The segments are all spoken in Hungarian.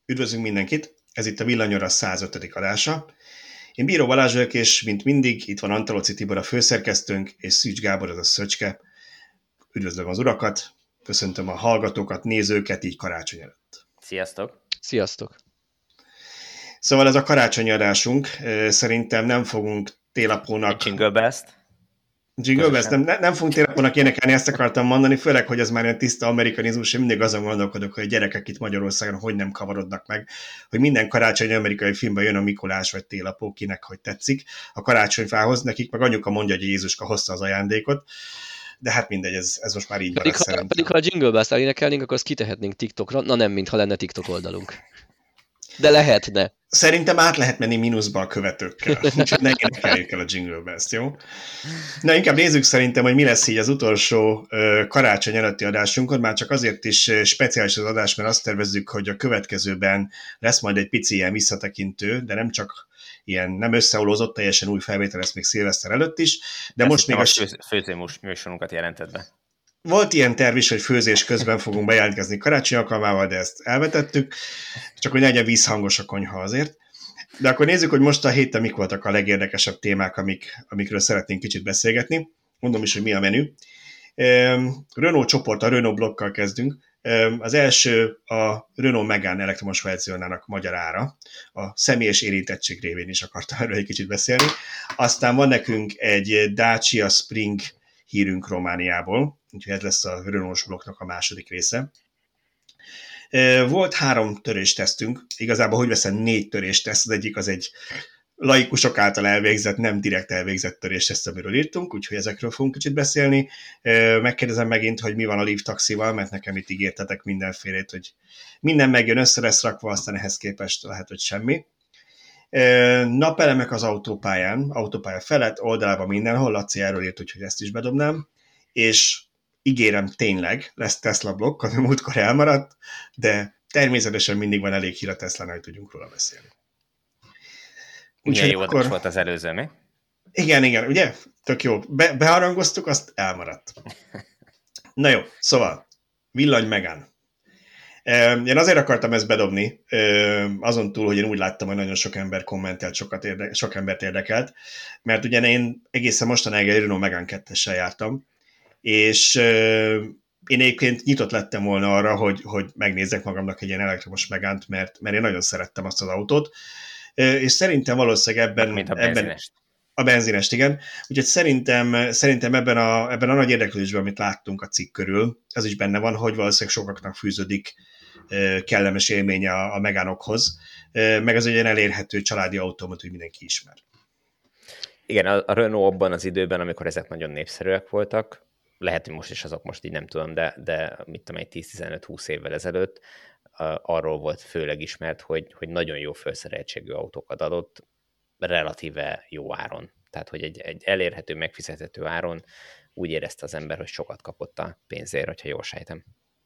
Üdvözlünk mindenkit, ez itt a Villanyóra 105. adása. Én Bíró Balázs vagyok, és mint mindig, itt van Antalóci Tibor a főszerkesztőnk, és Szűcs Gábor az a Szöcske. Üdvözlöm az urakat, köszöntöm a hallgatókat, nézőket így karácsony előtt. Sziasztok! Sziasztok! Szóval ez a karácsonyi adásunk, szerintem nem fogunk télapónak... Jingle Bells-t. Jingle Bells, nem fogunk télapónak énekelni, ezt akartam mondani, főleg, hogy ez már ilyen tiszta amerikanizmus, én mindig azon gondolkodok, hogy a gyerekek itt Magyarországon hogy nem kavarodnak meg, hogy minden karácsonyi amerikai filmben jön a Mikulás vagy télapó, kinek hogy tetszik. A karácsonyfához nekik meg anyuka mondja, hogy Jézuska hozta az ajándékot, de hát mindegy, ez most már így van. Pedig ha a Jingle Bells-t elénekelnénk, akkor azt kitehetnénk TikTokra, na nem, mintha lenne TikTok oldalunk. De lehetne. Szerintem át lehet menni mínuszba a követőkkel, úgyhogy ne énekeljük el a Jingle Bells-t, jó? Na, inkább nézzük szerintem, hogy mi lesz így az utolsó karácsony előtti adásunkon, már csak azért is speciális az adás, mert azt tervezzük, hogy a következőben lesz majd egy pici ilyen visszatekintő, de nem csak ilyen nem összeolózott, teljesen új felvétel lesz még szilveszter előtt is, de ezt most még a főzőműsorunkat jelented be. Volt ilyen terv is, hogy főzés közben fogunk bejelentkezni karácsony alkalmával, de ezt elvetettük, csak hogy ne legyen vízhangos a konyha azért. De akkor nézzük, hogy most a héten mik voltak a legérdekesebb témák, amikről szeretnénk kicsit beszélgetni. Mondom is, hogy mi a menü. Renault csoport, a Renault blokkal kezdünk. Az első a Renault Megane elektromos verziónának magyar ára. A személyes érintettség révén is akartam erről egy kicsit beszélni. Aztán van nekünk egy Dacia Spring hírünk Romániából, úgyhogy ez lesz a Renault-os blokknak a második része. Volt 3 töréstesztünk, igazából hogy veszem 4 törésteszt, az egyik az egy laikusok által elvégzett, nem direkt elvégzett törésteszt, amiről írtunk, úgyhogy ezekről fogunk kicsit beszélni. Megkérdezem megint, hogy mi van a Leaf taxival, mert nekem itt ígértetek mindenfélét, hogy minden megjön, össze lesz rakva, aztán ehhez képest lehet, hogy semmi. Napelemek az autópálya felett, oldalában mindenhol, Laci erről írt, úgyhogy ezt is bedobnám, és ígérem, tényleg lesz Tesla blokk, ami múltkor elmaradt, de természetesen mindig van elég hír a Tesla-nál, hogy tudjunk róla beszélni. Milyen jó akkor... volt az előző, mi? Igen, ugye? Tök jó. Beharangoztuk, azt elmaradt. Na jó, szóval, villany Megane. Én azért akartam ezt bedobni, azon túl, hogy én úgy láttam, hogy nagyon sok ember kommentelt, sok embert érdekelt, mert ugye én egészen mostanáig egy Renault Megane 2-essel jártam, és én egyébként nyitott lettem volna arra, hogy megnézzek magamnak egy ilyen elektromos Megane-t, mert én nagyon szerettem azt az autót, és szerintem valószínűleg ebben a benzinest, igen. Úgyhogy szerintem ebben a nagy érdeklődésben, amit láttunk a cikk körül, az is benne van, hogy valószínűleg sokaknak fűződik kellemes élménye a Megane-okhoz, meg az egy ilyen elérhető családi autómat, hogy mindenki ismer. Igen, a Renault abban az időben, amikor ezek nagyon népszerűek voltak, lehet, hogy most is azok, most így nem tudom, de mit tudom, egy 10-15-20 évvel ezelőtt arról volt főleg ismert, hogy nagyon jó felszereltségű autókat adott, relatíve jó áron. Tehát, hogy egy elérhető, megfizethető áron úgy érezte az ember, hogy sokat kapott a pénzért, hogyha jól sejtem.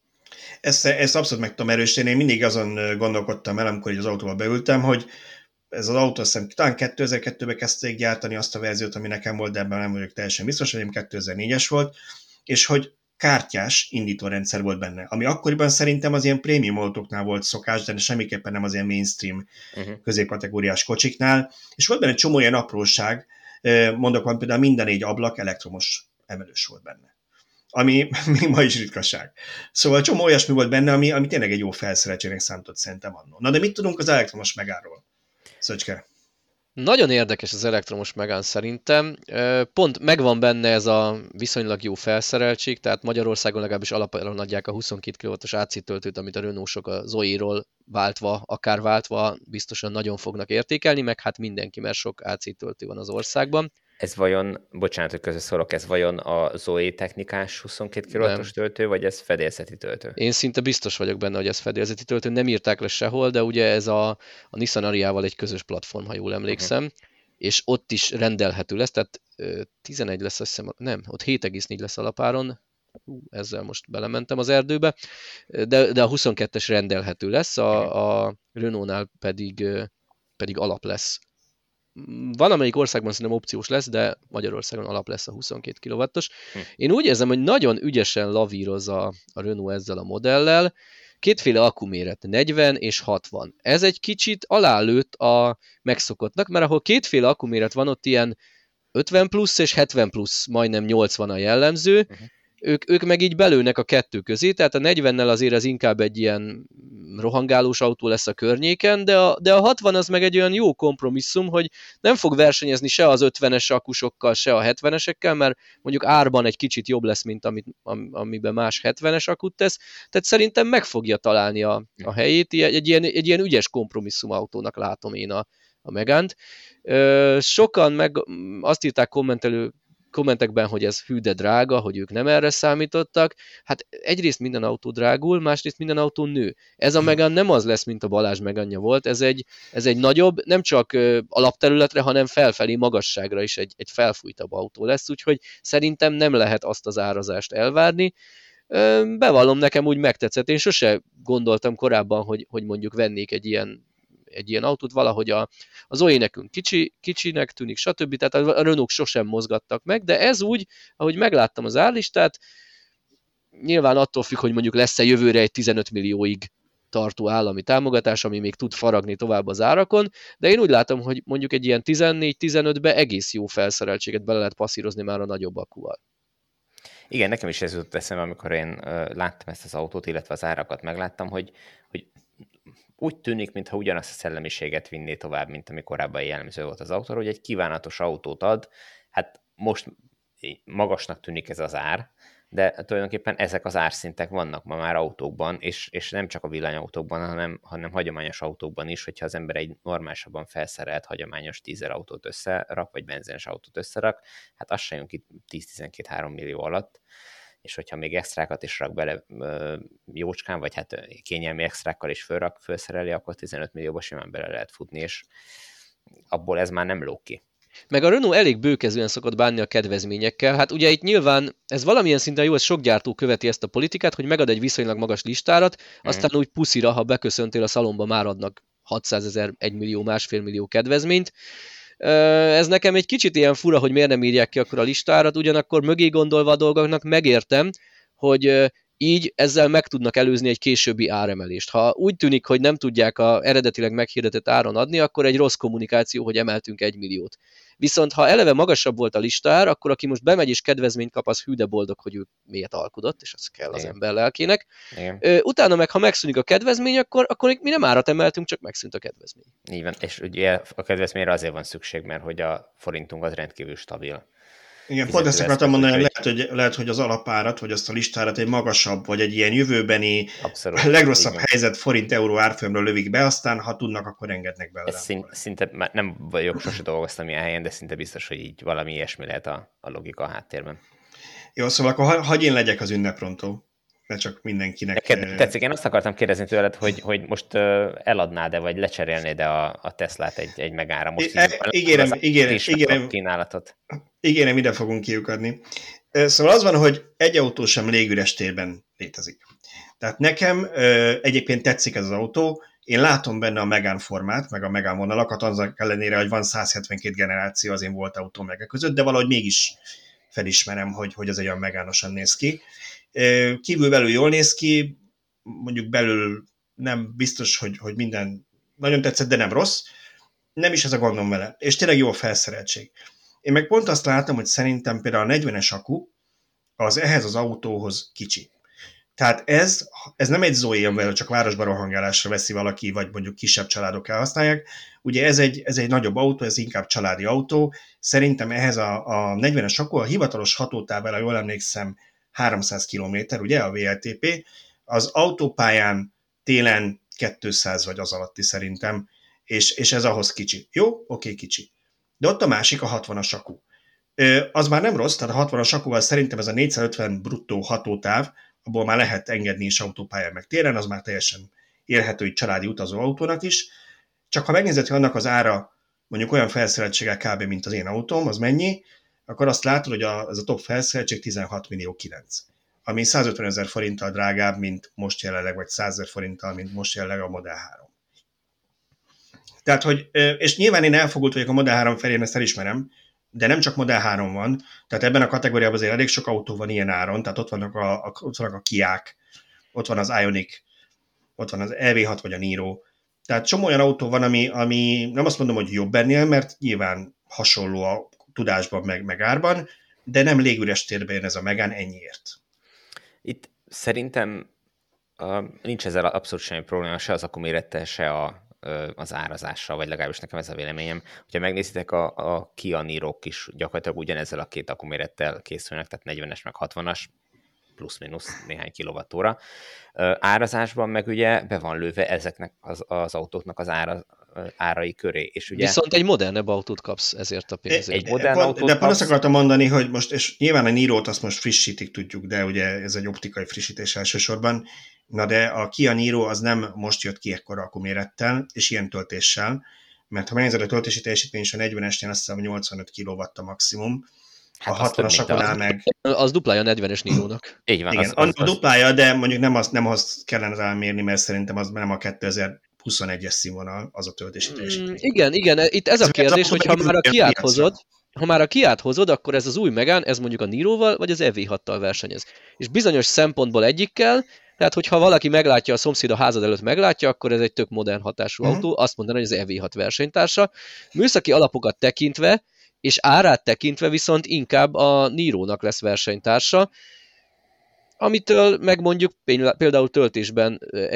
Ezt abszolút meg tudom erősíteni. Én mindig azon gondolkodtam el, amikor így az autóba beültem, hogy ez az autó, azt hiszem, talán 2002-ben kezdték gyártani azt a verziót, ami nekem volt, de ebben nem vagyok teljesen biztos, hogy 2004-es volt, és hogy kártyás indítórendszer volt benne, ami akkoriban szerintem az ilyen prémium autóknál volt szokás, de semmiképpen nem az ilyen mainstream középkategóriás kocsiknál, és volt benne egy csomó ilyen apróság, mondok van például minden 4 ablak elektromos emelős volt benne, ami még ma is ritkaság. Szóval csomó olyasmi volt benne, ami tényleg egy jó felszereltségnek számított szerintem annól. Na de mit tudunk az elektromos Megane-ról? Szöcske. Nagyon érdekes az elektromos Megane szerintem. Pont megvan benne ez a viszonylag jó felszereltség, tehát Magyarországon legalábbis alapjáron adják a 22 kW-os AC töltőt, amit a Renault-sok a Zoe-ról váltva biztosan nagyon fognak értékelni, meg hát mindenki, mert sok AC töltő van az országban. Ez vajon, bocsánat, hogy közösszólok, ez vajon a Zoe technikás 22 kW-os töltő, vagy ez fedélzeti töltő? Én szinte biztos vagyok benne, hogy ez fedélzeti töltő, nem írták le sehol, de ugye ez a Nissan Ariával egy közös platform, ha jól emlékszem, és ott is rendelhető lesz, tehát 11 lesz, azt hiszem, nem, ott 7,4 lesz alapáron, ezzel most belementem az erdőbe, de a 22-es rendelhető lesz, a Renault-nál pedig alap lesz. Valamelyik országban szerintem opciós lesz, de Magyarországon alap lesz a 22 kW-os. Én úgy érzem, hogy nagyon ügyesen lavíroz a Renault ezzel a modellel, kétféle akkuméret, 40 és 60. Ez egy kicsit alálőtt a megszokottnak, mert ahol kétféle akkuméret van, ott ilyen 50 plusz és 70 plusz, majdnem 80 a jellemző, ők meg így belőnek a kettő közé, tehát a 40-nel azért az inkább egy ilyen rohangálós autó lesz a környéken, de a 60 az meg egy olyan jó kompromisszum, hogy nem fog versenyezni se az 50-es akkusokkal, se a 70-esekkel, mert mondjuk árban egy kicsit jobb lesz, mint amiben más 70-es akkut tesz, tehát szerintem meg fogja találni a helyét, egy ilyen ügyes kompromisszum autónak látom én a Megane-t. Sokan meg azt írták kommentekben, hogy ez hű de drága, hogy ők nem erre számítottak. Hát egyrészt minden autó drágul, másrészt minden autó nő. Ez a Megane nem az lesz, mint a Balázs Megane-ja volt, ez egy nagyobb, nem csak alapterületre, hanem felfelé magasságra is egy felfújtabb autó lesz, úgyhogy szerintem nem lehet azt az árazást elvárni. Bevallom, nekem úgy megtetszett. Én sose gondoltam korábban, hogy mondjuk vennék egy ilyen autót, valahogy az Zoe nekünk kicsinek tűnik, stb. Tehát a Renault sosem mozgattak meg, de ez úgy, ahogy megláttam az árlistát, nyilván attól függ, hogy mondjuk lesz-e jövőre egy 15 millióig tartó állami támogatás, ami még tud faragni tovább az árakon, de én úgy látom, hogy mondjuk egy ilyen 14-15-be egész jó felszereltséget bele lehet passzírozni már a nagyobb akkuval. Igen, nekem is ez jutott eszembe, amikor én láttam ezt az autót, illetve az árakat megláttam, hogy úgy tűnik, mintha ugyanazt a szellemiséget vinné tovább, mint ami korábban jellemző volt az autóra, hogy egy kívánatos autót ad, hát most magasnak tűnik ez az ár, de tulajdonképpen ezek az árszintek vannak ma már autókban, és nem csak a villanyautókban, hanem hagyományos autókban is, hogyha az ember egy normálisabban felszerelt hagyományos dízelautót összerak, vagy benzines autót összerak, hát az se jön ki 10-12-3 millió alatt, és hogyha még extrákat is rak bele jócskán, vagy hát kényelmi extrákkal is felszereli, akkor 15 millióba simán bele lehet futni, és abból ez már nem lóg ki. Meg a Renault elég bőkezően szokott bánni a kedvezményekkel. Hát ugye itt nyilván ez valamilyen szinten jó, ez sok gyártó követi ezt a politikát, hogy megad egy viszonylag magas listárat, aztán úgy puszira, ha beköszöntél a szalomba, már adnak 600 000, 1 millió, 1,5 millió kedvezményt. Ez nekem egy kicsit ilyen fura, hogy miért nem írják ki akkor a listárat, ugyanakkor mögé gondolva a dolgoknak megértem, hogy így ezzel meg tudnak előzni egy későbbi áremelést. Ha úgy tűnik, hogy nem tudják a eredetileg meghirdetett áron adni, akkor egy rossz kommunikáció, hogy emeltünk 1 milliót. Viszont ha eleve magasabb volt a listár, akkor aki most bemegy és kedvezményt kap, az hű de boldog, hogy ő miért alkudott, és az kell az ember lelkének. Utána meg, ha megszűnik a kedvezmény, akkor mi nem árat emeltünk, csak megszűnt a kedvezmény. Így van, és ugye a kedvezményre azért van szükség, mert hogy a forintunk az rendkívül stabil. Igen, pont ezt akartam mondani, hogy lehet, hogy az alapárat, vagy azt a listárat egy magasabb, vagy egy ilyen jövőbeni legrosszabb helyzet forint-euró árfolyamra lövik be, aztán ha tudnak, akkor engednek bele. Szinte nem vagyok, sose dolgoztam ilyen helyen, de szinte biztos, hogy így valami ilyesmi lehet a logika a háttérben. Jó, szóval akkor hagyj én legyek az ünneprontó, ne csak mindenkinek. Tetszik, én azt akartam kérdezni tőled, hogy most eladnád-e, vagy lecserélnéd-e a Teslát egy Megane-ra? Most ígérem, kínálatot. Ígérem, ide fogunk kiukadni. Szóval az van, hogy egy autó sem légüres térben létezik. Tehát nekem egyébként tetszik ez az autó, én látom benne a Megane formát, meg a Megane vonalakat, annak ellenére, hogy van 172 generáció az én volt autó meg között, de valahogy mégis felismerem, hogy az egy olyan Megane-osan néz ki. Kívül-belül jól néz ki, mondjuk belül nem biztos, hogy minden nagyon tetszett, de nem rossz. Nem is ez a gondom vele. És tényleg jó a felszereltség. Én meg pont azt látom, hogy szerintem például a 40-es akku az ehhez az autóhoz kicsi. Tehát ez nem egy Zoe, amivel csak városban rohangálásra veszi valaki, vagy mondjuk kisebb családok elhasználják. Ugye ez egy nagyobb autó, ez inkább családi autó. Szerintem ehhez a 40-es akku, a hivatalos hatótáv, jól emlékszem, 300 km, ugye a VLTP, az autópályán télen 200 vagy az alatti szerintem, és ez ahhoz kicsi. Jó? Oké, kicsi. De ott a másik, a 60-as akku. Az már nem rossz, tehát a 60-as akkuval szerintem ez a 450 bruttó hatótáv, abból már lehet engedni is autópályán meg téren, az már teljesen élhető egy családi utazó autónak is. Csak ha megnézed, hogy annak az ára mondjuk olyan felszereltséggel kb. Mint az én autóm, az mennyi, akkor azt látod, hogy ez a top felszereltség 16 millió 9. Ami 150 000 forinttal drágább, mint most jelenleg, vagy 100 000 forinttal, mint most jelenleg a Model 3. Tehát, hogy, és nyilván én elfogult vagyok a Model 3 felé, ezt elismerem, de nem csak Model 3 van, tehát ebben a kategóriában azért elég sok autó van ilyen áron, tehát ott vannak a Kiák, ott van az Ioniq, ott van az EV6 vagy a Niro. Tehát csomó olyan autó van, ami nem azt mondom, hogy jobb ennél, mert nyilván hasonló a tudásban, meg árban, de nem légüres térben jön ez a Megane ennyiért. Itt szerintem nincs ezzel abszolút semmi probléma, se az akkumumérettel, se az árazással, vagy legalábbis nekem ez a véleményem. Ha megnézitek, a Kia Nirok is gyakorlatilag ugyanezzel a két akkumumérettel készülnek, tehát 40-es meg 60-as, plusz-minusz néhány kilowattóra. Árazásban meg ugye be van lőve ezeknek az autóknak az árai köré. És ugye... Viszont egy modernebb autót kapsz ezért a pénzért. Egy modern autót de pont azt akartam mondani, hogy most, és nyilván a Niro-t azt most frissítik, tudjuk, de ugye ez egy optikai frissítés elsősorban, na de a Kia Niro az nem most jött ki ekkora akkumumérettel, és ilyen töltéssel, mert ha megnézed a töltési teljesítmény is a 40-esnél azt hiszem 85 kW a maximum, hát a 60-asaknál meg... Az duplája a 40-es Nirónak. Így van. Igen, a duplája, de mondjuk nem azt kellene rámérni, mert szerintem az nem a 2021-es színvonal, az a töltési teljesítmény. Igen, itt ez a kérdés, hogy ha már a Kiát hozod, akkor ez az új Megane, ez mondjuk a Niroval, vagy az EV6-tal versenyez. És bizonyos szempontból egyikkel, tehát hogyha valaki meglátja, a szomszéd a házad előtt meglátja, akkor ez egy tök modern hatású autó, azt mondaná, hogy az EV6 versenytársa. Műszaki alapokat tekintve, és árát tekintve viszont inkább a Nirónak lesz versenytársa, amitől meg mondjuk például töltésben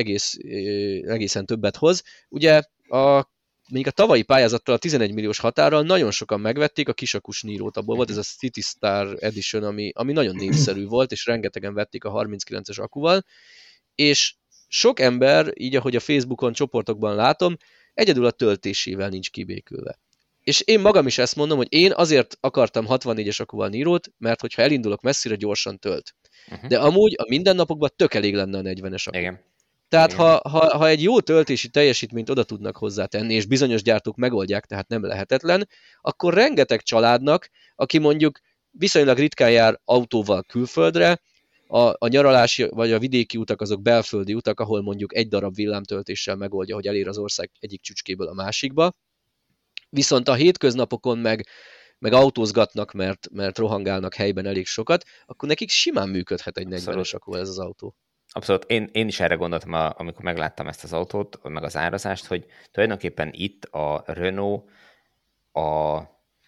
egészen többet hoz. Ugye mondjuk a tavalyi pályázattal a 11 milliós határral nagyon sokan megvették a kisakus Nirót, abból volt ez a City Star Edition, ami nagyon népszerű volt, és rengetegen vették a 39-es akuval, és sok ember, így ahogy a Facebookon csoportokban látom, egyedül a töltésével nincs kibékülve. És én magam is ezt mondom, hogy én azért akartam 64-es akuval Nirót, mert hogyha elindulok messzire, gyorsan tölt. De amúgy a mindennapokban tök elég lenne a 40-es akku. Igen. Tehát ha egy jó töltési teljesítményt oda tudnak hozzátenni, és bizonyos gyártók megoldják, tehát nem lehetetlen, akkor rengeteg családnak, aki mondjuk viszonylag ritkán jár autóval külföldre, a nyaralási vagy a vidéki utak azok belföldi utak, ahol mondjuk egy darab villámtöltéssel megoldja, hogy elér az ország egyik csücskéből a másikba. Viszont a hétköznapokon meg autózgatnak, mert rohangálnak helyben elég sokat, akkor nekik simán működhet egy 40-es akkuval ez az autó. Abszolút. Én is erre gondoltam, amikor megláttam ezt az autót, meg az árazást, hogy tulajdonképpen itt a Renault a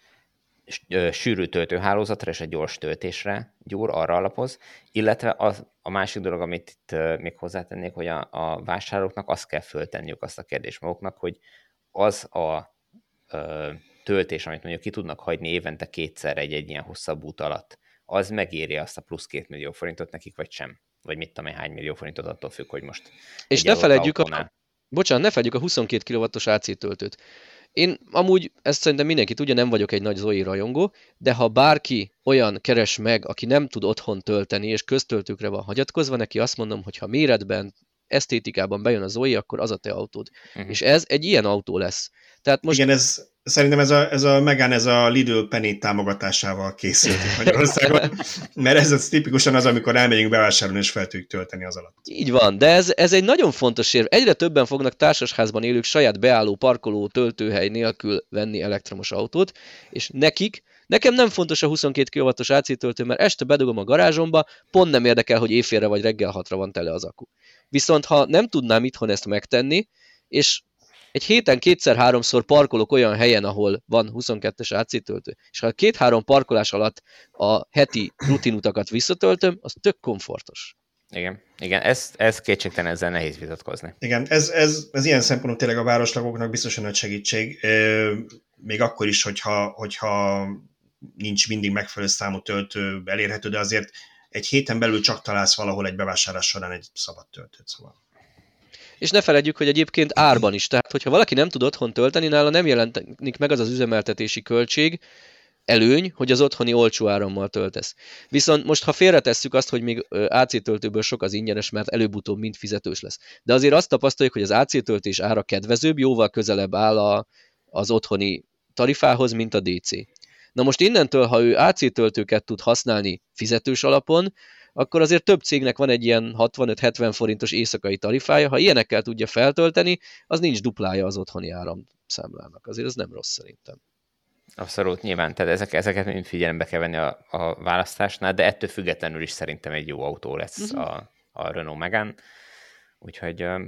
sűrű töltőhálózatra és a gyors töltésre gyúr, arra alapoz, illetve a másik dolog, amit itt még hozzátennék, hogy a vásárlóknak azt kell föltenniük azt a kérdést maguknak, hogy az a töltés, amit mondjuk ki tudnak hagyni évente kétszer egy ilyen hosszabb út alatt, az megéri azt a plusz 2 millió forintot nekik, vagy sem? Vagy mit tudom én, hány millió forintot attól függ, hogy most... És ne feledjük ne feledjük a 22 kW-os AC töltőt. Én amúgy, ezt szerintem mindenki tudja, nem vagyok egy nagy Zoe rajongó, de ha bárki olyan keres meg, aki nem tud otthon tölteni, és köztöltőkre van hagyatkozva, neki azt mondom, hogy ha méretben, esztétikában bejön a Zoe, akkor az a te autód. És ez egy ilyen autó lesz. Tehát most... Igen, szerintem ez a Megane, ez a Lidl Penny támogatásával készült Magyarországon, mert ez tipikusan az, amikor elmegyünk bevásárolni, és fel tudjuk tölteni az alatt. Így van, de ez egy nagyon fontos érv. Egyre többen fognak társasházban élők saját beálló, parkoló, töltőhely nélkül venni elektromos autót, és nekem nem fontos a 22 kW-os AC töltő, mert este bedugom a garázsomba, pont nem érdekel, hogy éjfélre vagy reggel 6-ra van tele az akku. Viszont ha nem tudnám itthon ezt megtenni, és egy héten 2-3-szor parkolok olyan helyen, ahol van 22-es AC töltő, és ha 2-3 parkolás alatt a heti rutinutakat visszatöltöm, az tök komfortos. Igen, ez kétségtelen, ezzel nehéz vitatkozni. Igen, ez ilyen szempontból tényleg a városlakóknak biztosan nagy segítség, még akkor is, hogyha nincs mindig megfelelő számú töltő elérhető, de azért egy héten belül csak találsz valahol egy bevásárlás során egy szabad töltőt, szóval. És ne feledjük, hogy egyébként árban is, tehát hogyha valaki nem tud otthon tölteni, nála nem jelenik meg az üzemeltetési költség, előny, hogy az otthoni olcsó árammal töltesz. Viszont most, ha félretesszük azt, hogy még AC töltőből sok az ingyenes, mert előbb-utóbb mind fizetős lesz. De azért azt tapasztaljuk, hogy az AC töltés ára kedvezőbb, jóval közelebb áll az otthoni tarifához, mint a DC. Na most innentől, ha ő AC töltőket tud használni fizetős alapon, akkor azért több cégnek van egy ilyen 65-70 forintos éjszakai tarifája, ha ilyenekkel tudja feltölteni, az nincs duplája az otthoni áramszámlának. Azért ez nem rossz szerintem. Abszolút, nyilván, tehát ezeket mind figyelembe kell venni a választásnál, de ettől függetlenül is szerintem egy jó autó lesz a Renault Megane. Úgyhogy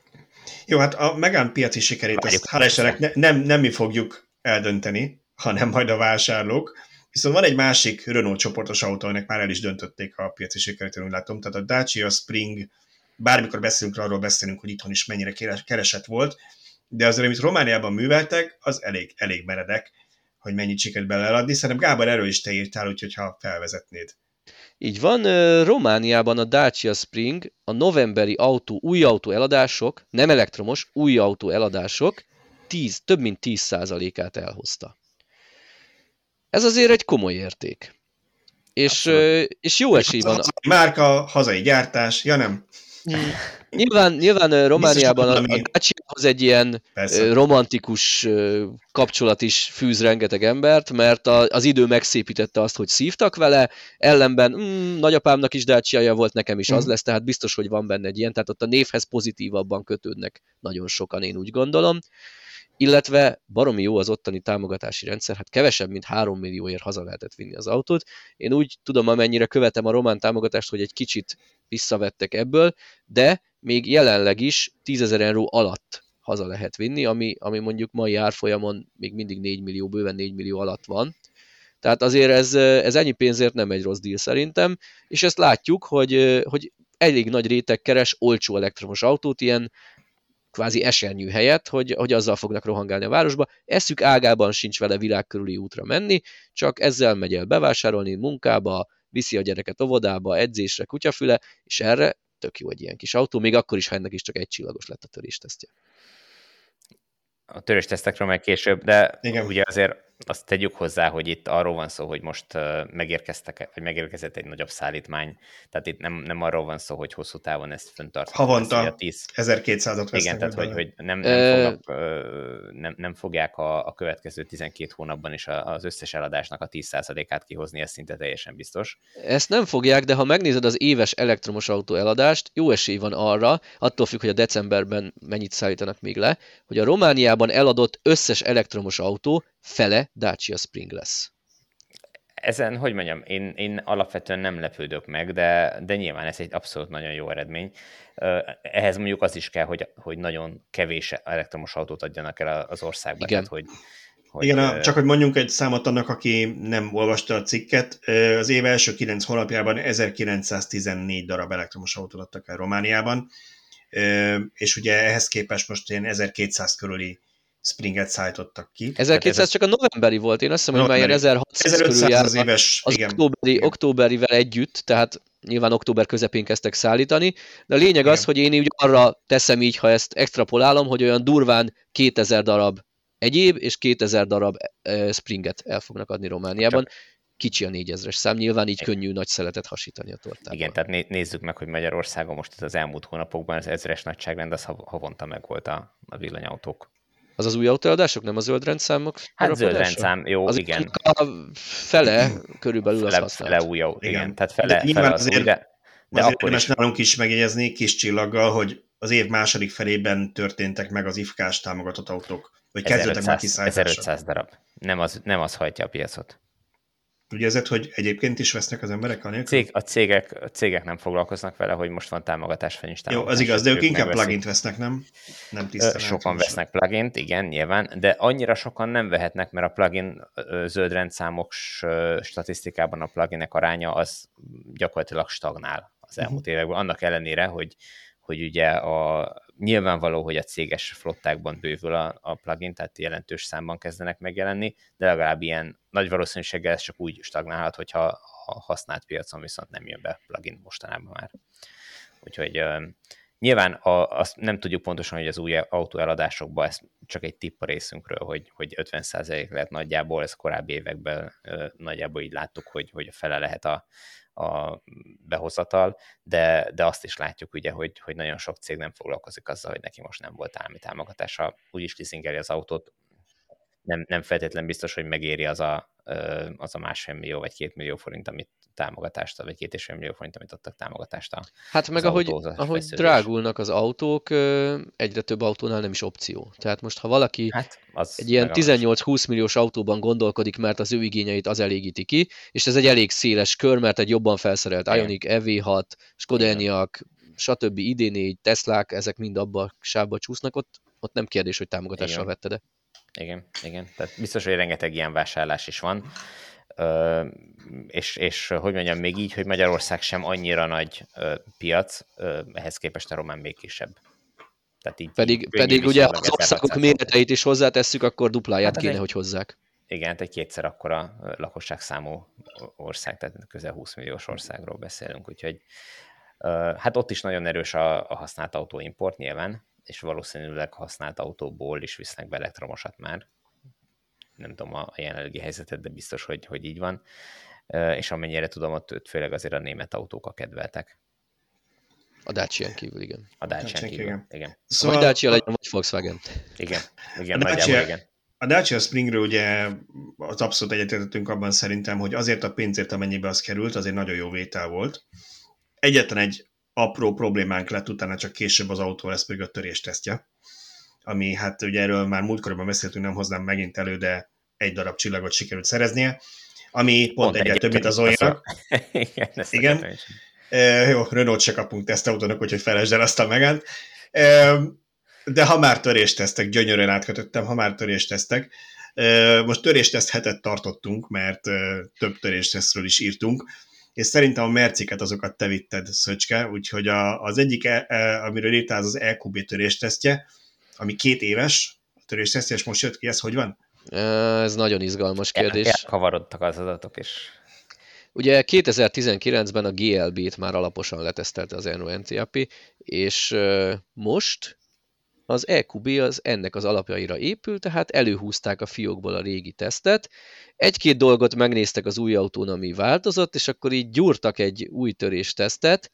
Jó, hát a Megane piaci sikerét azt hál' Istennek nem mi fogjuk eldönteni, hanem majd a vásárlók. Viszont van egy másik Renault csoportos autó, aminek már el is döntötték a piaci sikerét, én úgy látom. Tehát a Dacia Spring, bármikor beszélünk, arról beszélünk, hogy itthon is mennyire keresett volt, de azért, amit Romániában műveltek, az elég meredek, hogy mennyit sikerült bele eladni. Szerintem Gábor, erről is te írtál, úgyhogy ha felvezetnéd. Így van, Romániában a Dacia Spring a novemberi új autó eladások, nem elektromos, új autó eladások több mint 10%-át elhozta. Ez azért egy komoly érték. És jó esély van. Hazai márka, hazai gyártás, ja nem? Nyilván Romániában a Daciahoz egy ilyen romantikus kapcsolat is fűz rengeteg embert, mert az idő megszépítette azt, hogy szívtak vele, ellenben nagyapámnak is Dacia-ja volt, nekem is az lesz, tehát biztos, hogy van benne egy ilyen, tehát ott a névhez pozitívabban kötődnek nagyon sokan, én úgy gondolom. Illetve baromi jó az ottani támogatási rendszer, hát kevesebb, mint 3 millióért haza lehetett vinni az autót. Én úgy tudom, amennyire követem a román támogatást, hogy egy kicsit visszavettek ebből, de még jelenleg is 10 000 euró alatt haza lehet vinni, ami mondjuk mai árfolyamon még mindig 4 millió, bőven 4 millió alatt van. Tehát azért ez ennyi pénzért nem egy rossz deal szerintem, és ezt látjuk, hogy elég nagy réteg keres olcsó elektromos autót, ilyen kvázi esernyő helyett, hogy azzal fognak rohangálni a városba. Eszük ágában sincs vele világ körüli útra menni, csak ezzel megy el bevásárolni munkába, viszi a gyereket óvodába, edzésre, kutyafüle, és erre tök jó egy ilyen kis autó, még akkor is, ha ennek is csak 1 csillagos lett a töréstesztje. A töréstesztekről meg később, de igen. Ugye azért azt tegyük hozzá, hogy itt arról van szó, hogy most megérkezett egy nagyobb szállítmány, tehát itt nem arról van szó, hogy hosszú távon ezt föntartani. Havonta 1200-at vesznek. Igen, tehát hogy nem fogják a következő 12 hónapban is az összes eladásnak a 10%-át kihozni, ez szinte teljesen biztos. Ezt nem fogják, de ha megnézed az éves elektromos autó eladást, jó esély van arra, attól függ, hogy a decemberben mennyit szállítanak még le, hogy a Romániában eladott összes elektromos autó fele Dacia Spring lesz. Ezen, hogy mondjam, én alapvetően nem lepődök meg, de nyilván ez egy abszolút nagyon jó eredmény. Ehhez mondjuk az is kell, hogy nagyon kevés elektromos autót adjanak el az országban. Igen. Tehát, Igen, csak hogy mondjunk egy számot annak, aki nem olvasta a cikket, az év első 9 hónapjában 1914 darab elektromos autót adtak el Romániában, és ugye ehhez képest most ilyen 1200 körüli Springet szállítottak ki. 1200 csak a novemberi volt, én azt hiszem, hogy már ilyen 1600 körül jár az októberivel együtt, tehát nyilván október közepén kezdtek szállítani, de a lényeg az, hogy én úgy arra teszem így, ha ezt extrapolálom, hogy olyan durván 2000 darab egyéb és 2000 darab Springet el fognak adni Romániában. Kicsi a 4000-es szám, nyilván így könnyű nagy szeletet hasítani a tortában. Igen, tehát nézzük meg, hogy Magyarországon most az elmúlt hónapokban az 1000-es nagyságrend, az havonta megvolt a villanyautók. Az az új autóeladások, nem a zöld rendszámok? Hát zöld rendszám, jó, az igen. A fele körülbelül az használt. Fele új autó, igen. Tehát fele az új, de akkor is nálunk is megjegyezni kis csillaggal, hogy az év második felében történtek meg az IFK-s támogatott autók, vagy kezdődtek már kiszállításra. 1500 darab. Nem az hajtja a piacot. Ugye ezért, hogy egyébként is vesznek az emberek anélkül? A cégek nem foglalkoznak vele, hogy most van támogatás, vagy nincs támogatás. Jó, az igaz, de ők inkább plugint vesznek, nem? Nem tisztán. Sokan vesznek plugint, igen, nyilván, de annyira sokan nem vehetnek, mert a plugin zöld rendszámok statisztikában a pluginek aránya az gyakorlatilag stagnál az elmúlt években. Annak ellenére, hogy ugye nyilvánvaló, hogy a céges flottákban bővül a plugin, tehát jelentős számban kezdenek megjelenni, de legalább ilyen nagy valószínűséggel ez csak úgy stagnálhat, hogyha a használt piacon viszont nem jön be plugin mostanában már. Úgyhogy nyilván azt nem tudjuk pontosan, hogy az új autó eladásokban, ez csak egy tipp a részünkről, hogy 50% lehet nagyjából, ez korábbi években nagyjából így láttuk, hogy a fele lehet a behozatal, de azt is látjuk ugye, hogy nagyon sok cég nem foglalkozik azzal, hogy neki most nem volt állami támogatása, úgyis leasingeli az autót, nem feltétlenül biztos, hogy megéri az a 1,5 millió vagy 2 millió forint, amit támogatást, vagy 2,5 millió forint, amit adtak támogatást Hát meg ahogy drágulnak az autók, egyre több autónál nem is opció. Tehát most, ha valaki egy ilyen 18-20 milliós autóban gondolkodik, mert az ő igényeit az elégíti ki, és ez egy elég széles kör, mert egy jobban felszerelt Ioniq, EV6, Skoda Enyaq, stb. ID4, Teslák, ezek mind abba a sávba csúsznak, ott nem kérdés, hogy támogatással vetted. Igen. Tehát biztos, hogy rengeteg ilyen vásárlás is van. És hogy mondjam, még így, hogy Magyarország sem annyira nagy piac, ehhez képest a román még kisebb. Tehát így, pedig ugye az országok méreteit is hozzátesszük, akkor dupláját hát kéne, hogy hozzák. Igen, egy kétszer akkora lakosságszámú ország, tehát közel 20 milliós országról beszélünk, úgyhogy hát ott is nagyon erős a használt autóimport nyilván, és valószínűleg használt autóból is visznek be elektromosat már. Nem tudom a jelenlegi helyzetet, de biztos, hogy így van. És amennyire tudom, ott főleg azért a német autók kedveltek. A Dacia kívül, igen. A Dacia kívül, igen. Szóval vagy Dacia legyen, vagy Volkswagen. Igen, nagyjából igen. A Dacia Springről ugye az abszolút egyetértettünk abban szerintem, hogy azért a pénzért, amennyibe az került, azért nagyon jó vétel volt. Egyetlen egy apró problémánk lett, utána csak később az autó lesz pedig a töréstesztje, ami hát ugye erről már múltkorban beszéltünk, nem hoznám megint elő, de egy darab csillagot sikerült szereznie, ami pont egyet több, mint az olyanak. Igen. Jó, Renault se kapunk tesztautónak, úgyhogy felejtsd el azt a Megant. De ha már töréstesztek, gyönyörűen átkötöttem, ha már töréstesztek. Most törésteszt hetet tartottunk, mert több töréstesztről is írtunk, és szerintem a merciket azokat te vitted, Szöcske, úgyhogy az egyik, amiről írtál, az EQB töréstesztje, ami 2 éves töréstesztje, és most jött ki, ez hogy van? Ez nagyon izgalmas kérdés. Elkavarodtak az adatok is. Ugye 2019-ben a GLB-t már alaposan letesztelte az NCAP, és most az EQB az ennek az alapjaira épül, tehát előhúzták a fiókból a régi tesztet, 1-2 dolgot megnéztek az új autón, ami változott, és akkor így gyúrtak egy új töréstesztet,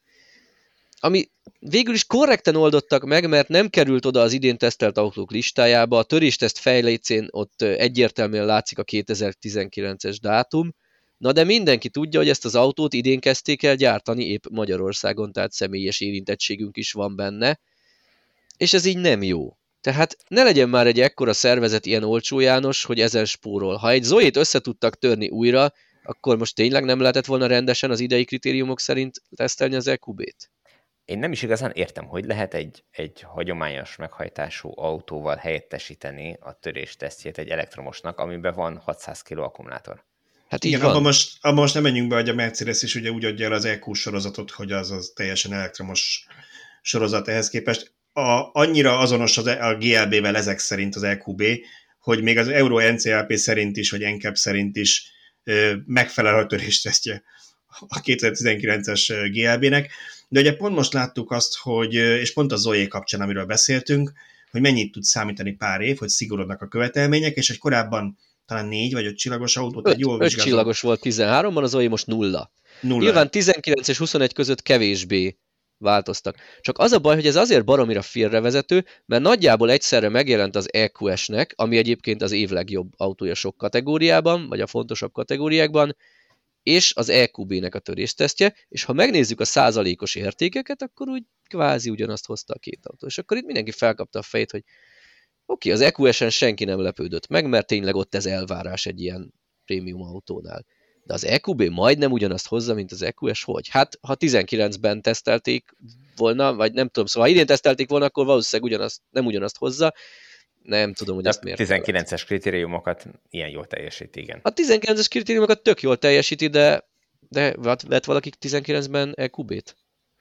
ami végül is korrekten oldottak meg, mert nem került oda az idén tesztelt autók listájába, a törésteszt fejlécén ott egyértelműen látszik a 2019-es dátum, na de mindenki tudja, hogy ezt az autót idén kezdték el gyártani épp Magyarországon, tehát személyes érintettségünk is van benne, és ez így nem jó. Tehát ne legyen már egy ekkora szervezet ilyen olcsó, János, hogy ezen spórol. Ha egy Zoét össze tudtak törni újra, akkor most tényleg nem lehetett volna rendesen az idei kritériumok szerint tesztelni az EQB-t? Én nem is igazán értem, hogy lehet egy hagyományos meghajtású autóval helyettesíteni a töréstesztjét egy elektromosnak, amiben van 600 kg akkumulátor. Hát igen, abban most nem menjünk be, hogy a Mercedes is ugye úgy adja el az EQ sorozatot, hogy az teljesen elektromos sorozat ehhez képest. Annyira azonos a GLB-vel ezek szerint az EQB, hogy még az Euro NCAP szerint is, vagy NCAP szerint is megfelel a töréstesztje a 2019-es GLB-nek. De ugye pont most láttuk azt, hogy, és pont a Zoe kapcsán, amiről beszéltünk, hogy mennyit tud számítani pár év, hogy szigorodnak a követelmények, és egy korábban talán 4 vagy 5 csillagos autót, egy jól 5 csillagos volt 13-ban, az Zoe most 0. Nyilván 19 és 21 között kevésbé változtak. Csak az a baj, hogy ez azért baromira félrevezető, mert nagyjából egyszerre megjelent az EQS-nek, ami egyébként az év legjobb autója sok kategóriában, vagy a fontosabb kategóriákban, és az EQB-nek a töréstesztje, és ha megnézzük a százalékos értékeket, akkor úgy kvázi ugyanazt hozta a két autó. És akkor itt mindenki felkapta a fejét, hogy oké, az EQS-en senki nem lepődött meg, mert tényleg ott ez elvárás egy ilyen prémium autónál. De az EQB majdnem ugyanazt hozza, mint az EQS, hogy? Hát, ha 19-ben tesztelték volna, vagy nem tudom, szóval ha idén tesztelték volna, akkor valószínűleg nem ugyanazt hozza. Nem tudom, hogy ezt miért. 19-es kritériumokat ilyen jól teljesíti, igen. A 19-es kritériumokat tök jól teljesíti, de vett valaki 19-ben EQB-t?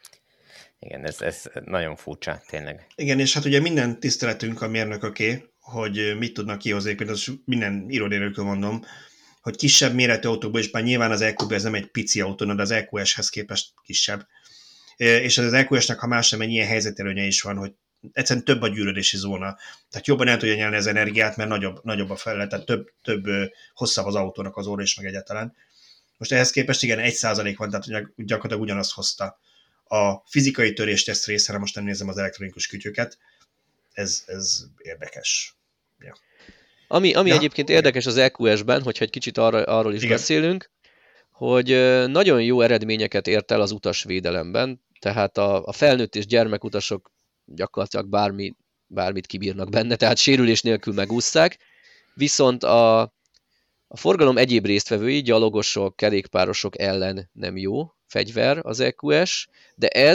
Igen, ez nagyon furcsa, tényleg. Igen, és hát ugye minden tiszteletünk a mérnököké, hogy mit tudnak kihozni, egyébként minden irodé nélkül mondom, hogy kisebb méretű autókból is, már nyilván az EQB ez nem egy pici autó, de az EQS-hez képest kisebb. És az EQS-nek, ha más sem, egy ilyen helyzetelőnye is van, hogy egyszerűen több a gyűrődési zóna. Tehát jobban el tudja nyelni az energiát, mert nagyobb a felület, tehát több hosszabb az autónak az óra is, meg egyáltalán. Most ehhez képest igen, 1% van, tehát gyakorlatilag ugyanazt hozta. A fizikai törésteszt részére, most nem nézem az elektronikus kütyüket, ez érdekes. Ja. Ami egyébként érdekes az EQS-ben, hogyha egy kicsit arról is igen. beszélünk, hogy nagyon jó eredményeket ért el az utasvédelemben, tehát a felnőtt és gyermekutasok gyakorlatilag bármit kibírnak benne, tehát sérülés nélkül megúszszák, viszont a forgalom egyéb résztvevői, gyalogosok, kerékpárosok ellen nem jó fegyver az EQS, de ez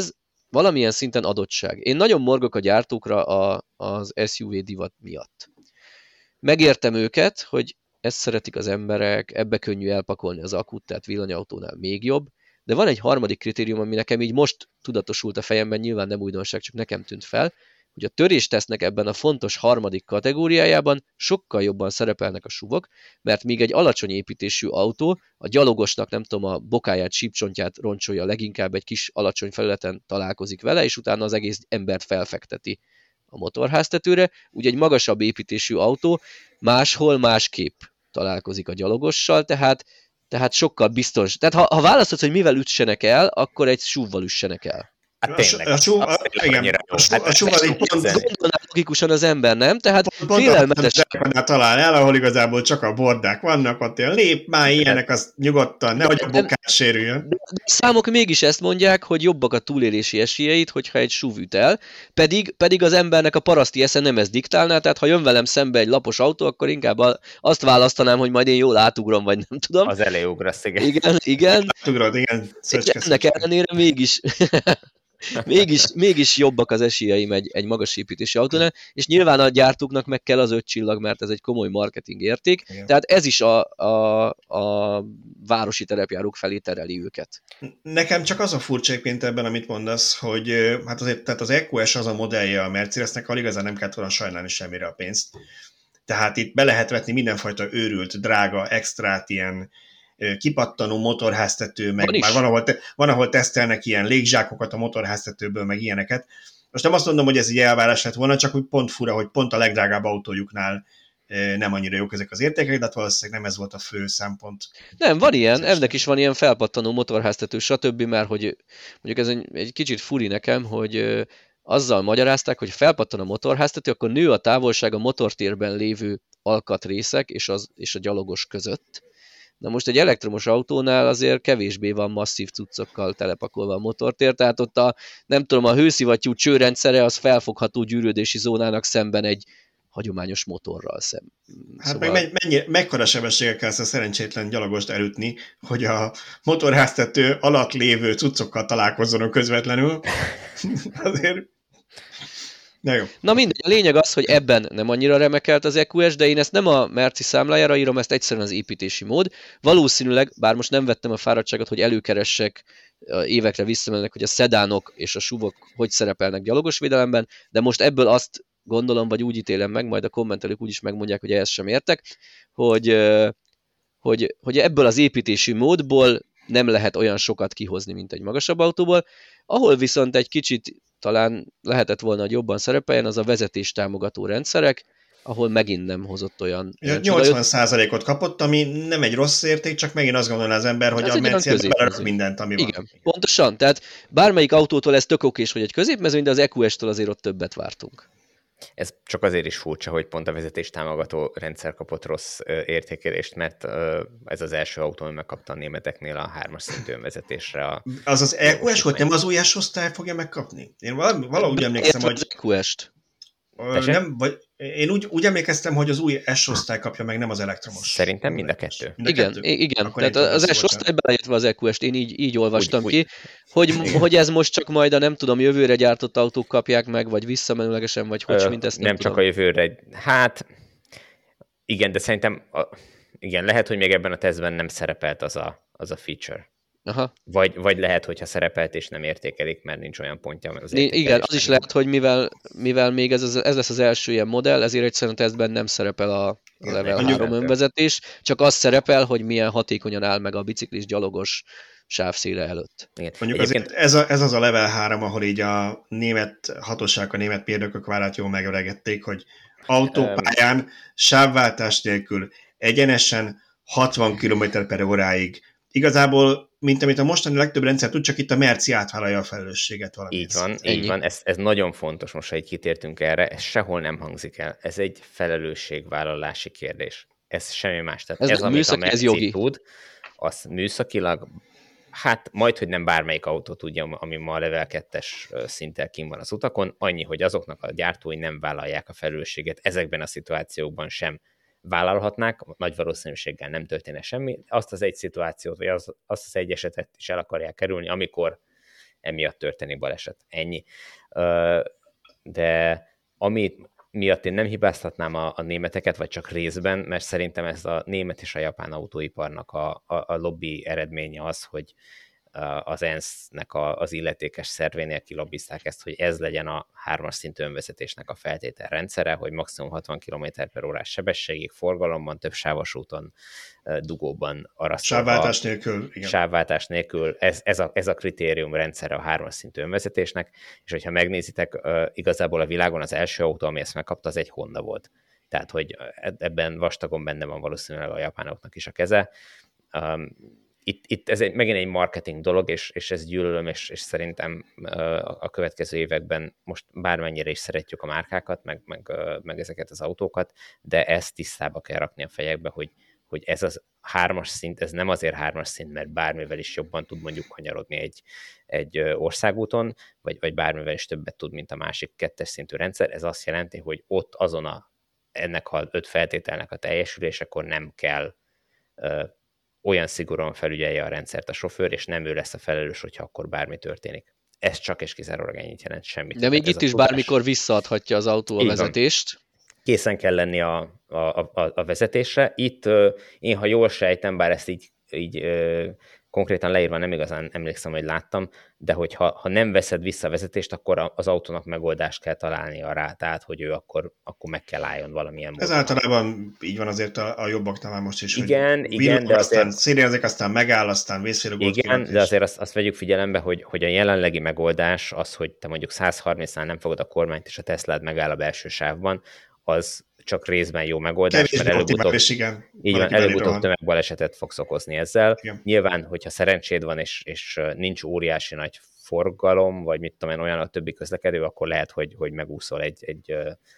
valamilyen szinten adottság. Én nagyon morgok a gyártókra az SUV divat miatt. Megértem őket, hogy ezt szeretik az emberek, ebbe könnyű elpakolni az akut, tehát villanyautónál még jobb, de van egy harmadik kritérium, ami nekem így most tudatosult a fejemben, nyilván nem újdonság, csak nekem tűnt fel, hogy a töréstesznek ebben a fontos harmadik kategóriájában sokkal jobban szerepelnek a SUV-ok, mert míg egy alacsony építésű autó a gyalogosnak, nem tudom, a bokáját, sípcsontját roncsolja, leginkább egy kis alacsony felületen találkozik vele, és utána az egész embert felfekteti a motorháztetőre, úgy egy magasabb építésű autó máshol másképp találkozik a gyalogossal, tehát sokkal biztos. Tehát ha választod, hogy mivel ütsenek el, akkor egy SUV-val üssenek el. Hát tényleg, a SUV-val így Gondolná logikusan az ember, nem? Tehát félelmetes. Talán el, ahol igazából csak a bordák vannak, ott lép már ilyenek, az nyugodtan, nehogy a bokát sérüljön. De számok mégis ezt mondják, hogy jobbak a túlélési esélyeit, hogyha egy SUV üt el, pedig az embernek a paraszti esze nem ezt diktálná, tehát ha jön velem szembe egy lapos autó, akkor inkább azt választanám, hogy majd én jól átugrom, vagy nem tudom. Az elé ugrasz, igen. Igen. Átugrod, igen. Ennek ellenére mégis jobbak az esélyeim egy magas építési autónál, és nyilván a gyártóknak meg kell az 5 csillag, mert ez egy komoly marketing érték, igen. Tehát ez is a városi terepjárók felé tereli őket. Nekem csak az a furcsa egyébként ebben, amit mondasz, hogy hát azért tehát az EQS az a modellje a Mercedesnek, ahol igazán nem kellett volna sajnálni semmire a pénzt. Tehát itt be lehet vetni mindenfajta őrült, drága, extrát, ilyen kipattanó motorháztető, meg már van, ahol tesztelnek ilyen légzsákokat a motorháztetőből, meg ilyeneket. Most nem azt mondom, hogy ez így elvárás lett volna, csak úgy pont fura, hogy pont a legdrágább autójuknál nem annyira jók ezek az értékek, de hát valószínűleg nem ez volt a fő szempont. Nem, van ilyen, ennek is van ilyen felpattanó motorháztető, stb., mert hogy mondjuk ez egy kicsit furi nekem, hogy azzal magyarázták, hogy felpattan a motorháztető, akkor nő a távolság a motortérben lévő alkatrészek és a gyalogos között. Na most egy elektromos autónál azért kevésbé van masszív cuccokkal telepakolva a motortér, tehát ott a hőszivattyú csőrendszere az felfogható gyűrődési zónának szemben egy hagyományos motorral szemben. Hát szóval... mekkora sebességgel kell ezt a szerencsétlen gyalogost elütni, hogy a motorháztető alatt lévő cuccokkal találkozzon közvetlenül. Azért... Na jó. Na mindegy, a lényeg az, hogy ebben nem annyira remekelt az EQS, de én ezt nem a Merci számlájára írom, ezt egyszerűen az építési mód. Valószínűleg, bár most nem vettem a fáradtságot, hogy előkeressek évekre visszamennek, hogy a szedánok és a SUV-ok hogy szerepelnek gyalogos védelemben, de most ebből azt gondolom, vagy úgy ítélem meg, majd a kommentelők úgy is megmondják, hogy ehhez sem értek, hogy ebből az építési módból nem lehet olyan sokat kihozni, mint egy magasabb autóból, ahol viszont egy kicsit talán lehetett volna, hogy jobban szerepeljen, az a vezetés támogató rendszerek, ahol megint nem hozott olyan... 80%-ot kapott, ami nem egy rossz érték, csak megint azt gondolná az ember, hogy a Mercedes belerak mindent, ami igen, van. Pontosan, tehát bármelyik autótól ez tök okés, hogy egy középmezőny, de az EQS-től azért ott többet vártunk. Ez csak azért is furcsa, hogy pont a vezetés támogató rendszer kapott rossz értékelést, mert ez az első autó, ami megkapta a németeknél a 3-as szintű önvezetésre. Az az EQS volt, nem az új S-osztály fogja megkapni? Én valahogy emlékszem, hogy... EQS-t. Nem, vagy én úgy emlékeztem, hogy az új S-osztály kapja meg, nem az elektromos. Szerintem mind a kettő. Igen. Tehát az S-osztály beleértve az EQS-t, én így olvastam ki, hogy ez most csak majd a nem tudom, jövőre gyártott autók kapják meg, vagy visszamenőlegesen, vagy hogy, mint ezt nem csak a jövőre. Hát, igen, de szerintem igen, lehet, hogy még ebben a tesztben nem szerepelt az a feature. Aha. Vagy lehet, hogyha szerepelt és nem értékelik, mert nincs olyan pontja. Igen, az is lehet, hogy mivel még ez lesz az első ilyen modell, ezért egyszerűen a tesztben nem szerepel a Level 3 önvezetés, csak az szerepel, hogy milyen hatékonyan áll meg a biciklis gyalogos sávszéle előtt. Igen. Mondjuk azért ez az a Level 3, ahol így a német hatóságok, a német mérnökök várát jól megöregették, hogy autópályán sávváltás nélkül egyenesen 60 km/óráig. Igazából, mint amit a mostani legtöbb rendszer tud, csak itt a Merci átvállalja a felelősséget valami. Így van. Ez nagyon fontos, most, ha így kitértünk erre, ez sehol nem hangzik el. Ez egy felelősségvállalási kérdés. Ez semmi más. Tehát ez amit a Merci tud, az műszakilag, hát majdhogy nem bármelyik autó tudja, ami ma a Level 2-es szinttel kint van az utakon, annyi, hogy azoknak a gyártói nem vállalják a felelősséget ezekben a szituációkban sem vállalhatnák, nagy valószínűséggel nem történne semmi. Azt az egy szituációt, vagy azt az egy esetet is el akarják kerülni, amikor emiatt történik baleset. Ennyi. De amit miatt én nem hibáztatnám a németeket, vagy csak részben, mert szerintem ez a német és a japán autóiparnak a lobby eredménye az, hogy az ENSZ-nek az illetékes szervénél kilobbizták ezt, hogy ez legyen a 3-as szintű önvezetésnek a feltételrendszere, hogy maximum 60 km/h sebességig, forgalomban, több sávos úton, dugóban araszolva. Sávváltás nélkül. Igen. Sávváltás nélkül. Ez a kritérium rendszere a 3-as szintű önvezetésnek, és hogyha megnézitek, igazából a világon az első autó, ami ezt megkapta, az egy Honda volt. Tehát, hogy ebben vastagon benne van valószínűleg a japánoknak is a keze. Itt ez megint egy marketing dolog, és ezt gyűlölöm, és szerintem a következő években most bármennyire is szeretjük a márkákat, meg ezeket az autókat, de ezt tisztába kell rakni a fejekbe, hogy ez az 3-as szint, ez nem azért 3-as szint, mert bármivel is jobban tud mondjuk kanyarodni egy országúton, vagy bármivel is többet tud, mint a másik 2-es szintű rendszer. Ez azt jelenti, hogy ott azon ennek a 5 feltételnek a teljesülésekor nem kell olyan szigorúan felügyelje a rendszert a sofőr, és nem ő lesz a felelős, hogyha akkor bármi történik. Ez csak és kizárólag ennyit jelent, semmit. De még itt is bármikor visszaadhatja az autó a vezetést. Készen kell lenni a vezetésre. Itt én, ha jól sejtem, bár ezt így konkrétan leírva nem igazán emlékszem, hogy láttam, de hogyha nem veszed vissza a vezetést, akkor az autónak megoldást kell találnia rá, tehát hogy ő akkor meg kell álljon valamilyen módon. Ez általában így van azért a jobbaknál már most is. Igen, de aztán szélérezik, aztán megáll, aztán vészfélugót. Igen, de azért azt vegyük figyelembe, hogy a jelenlegi megoldás az, hogy te mondjuk 130-nál nem fogod a kormányt, és a Teslád megáll a belső sávban, az csak részben jó megoldás, mert előbb-utóbb tömegbalesetet fogsz okozni ezzel. Igen. Nyilván, hogyha szerencséd van, és nincs óriási nagy forgalom, vagy mit tudom én, olyan a többi közlekedő, akkor lehet, hogy megúszol egy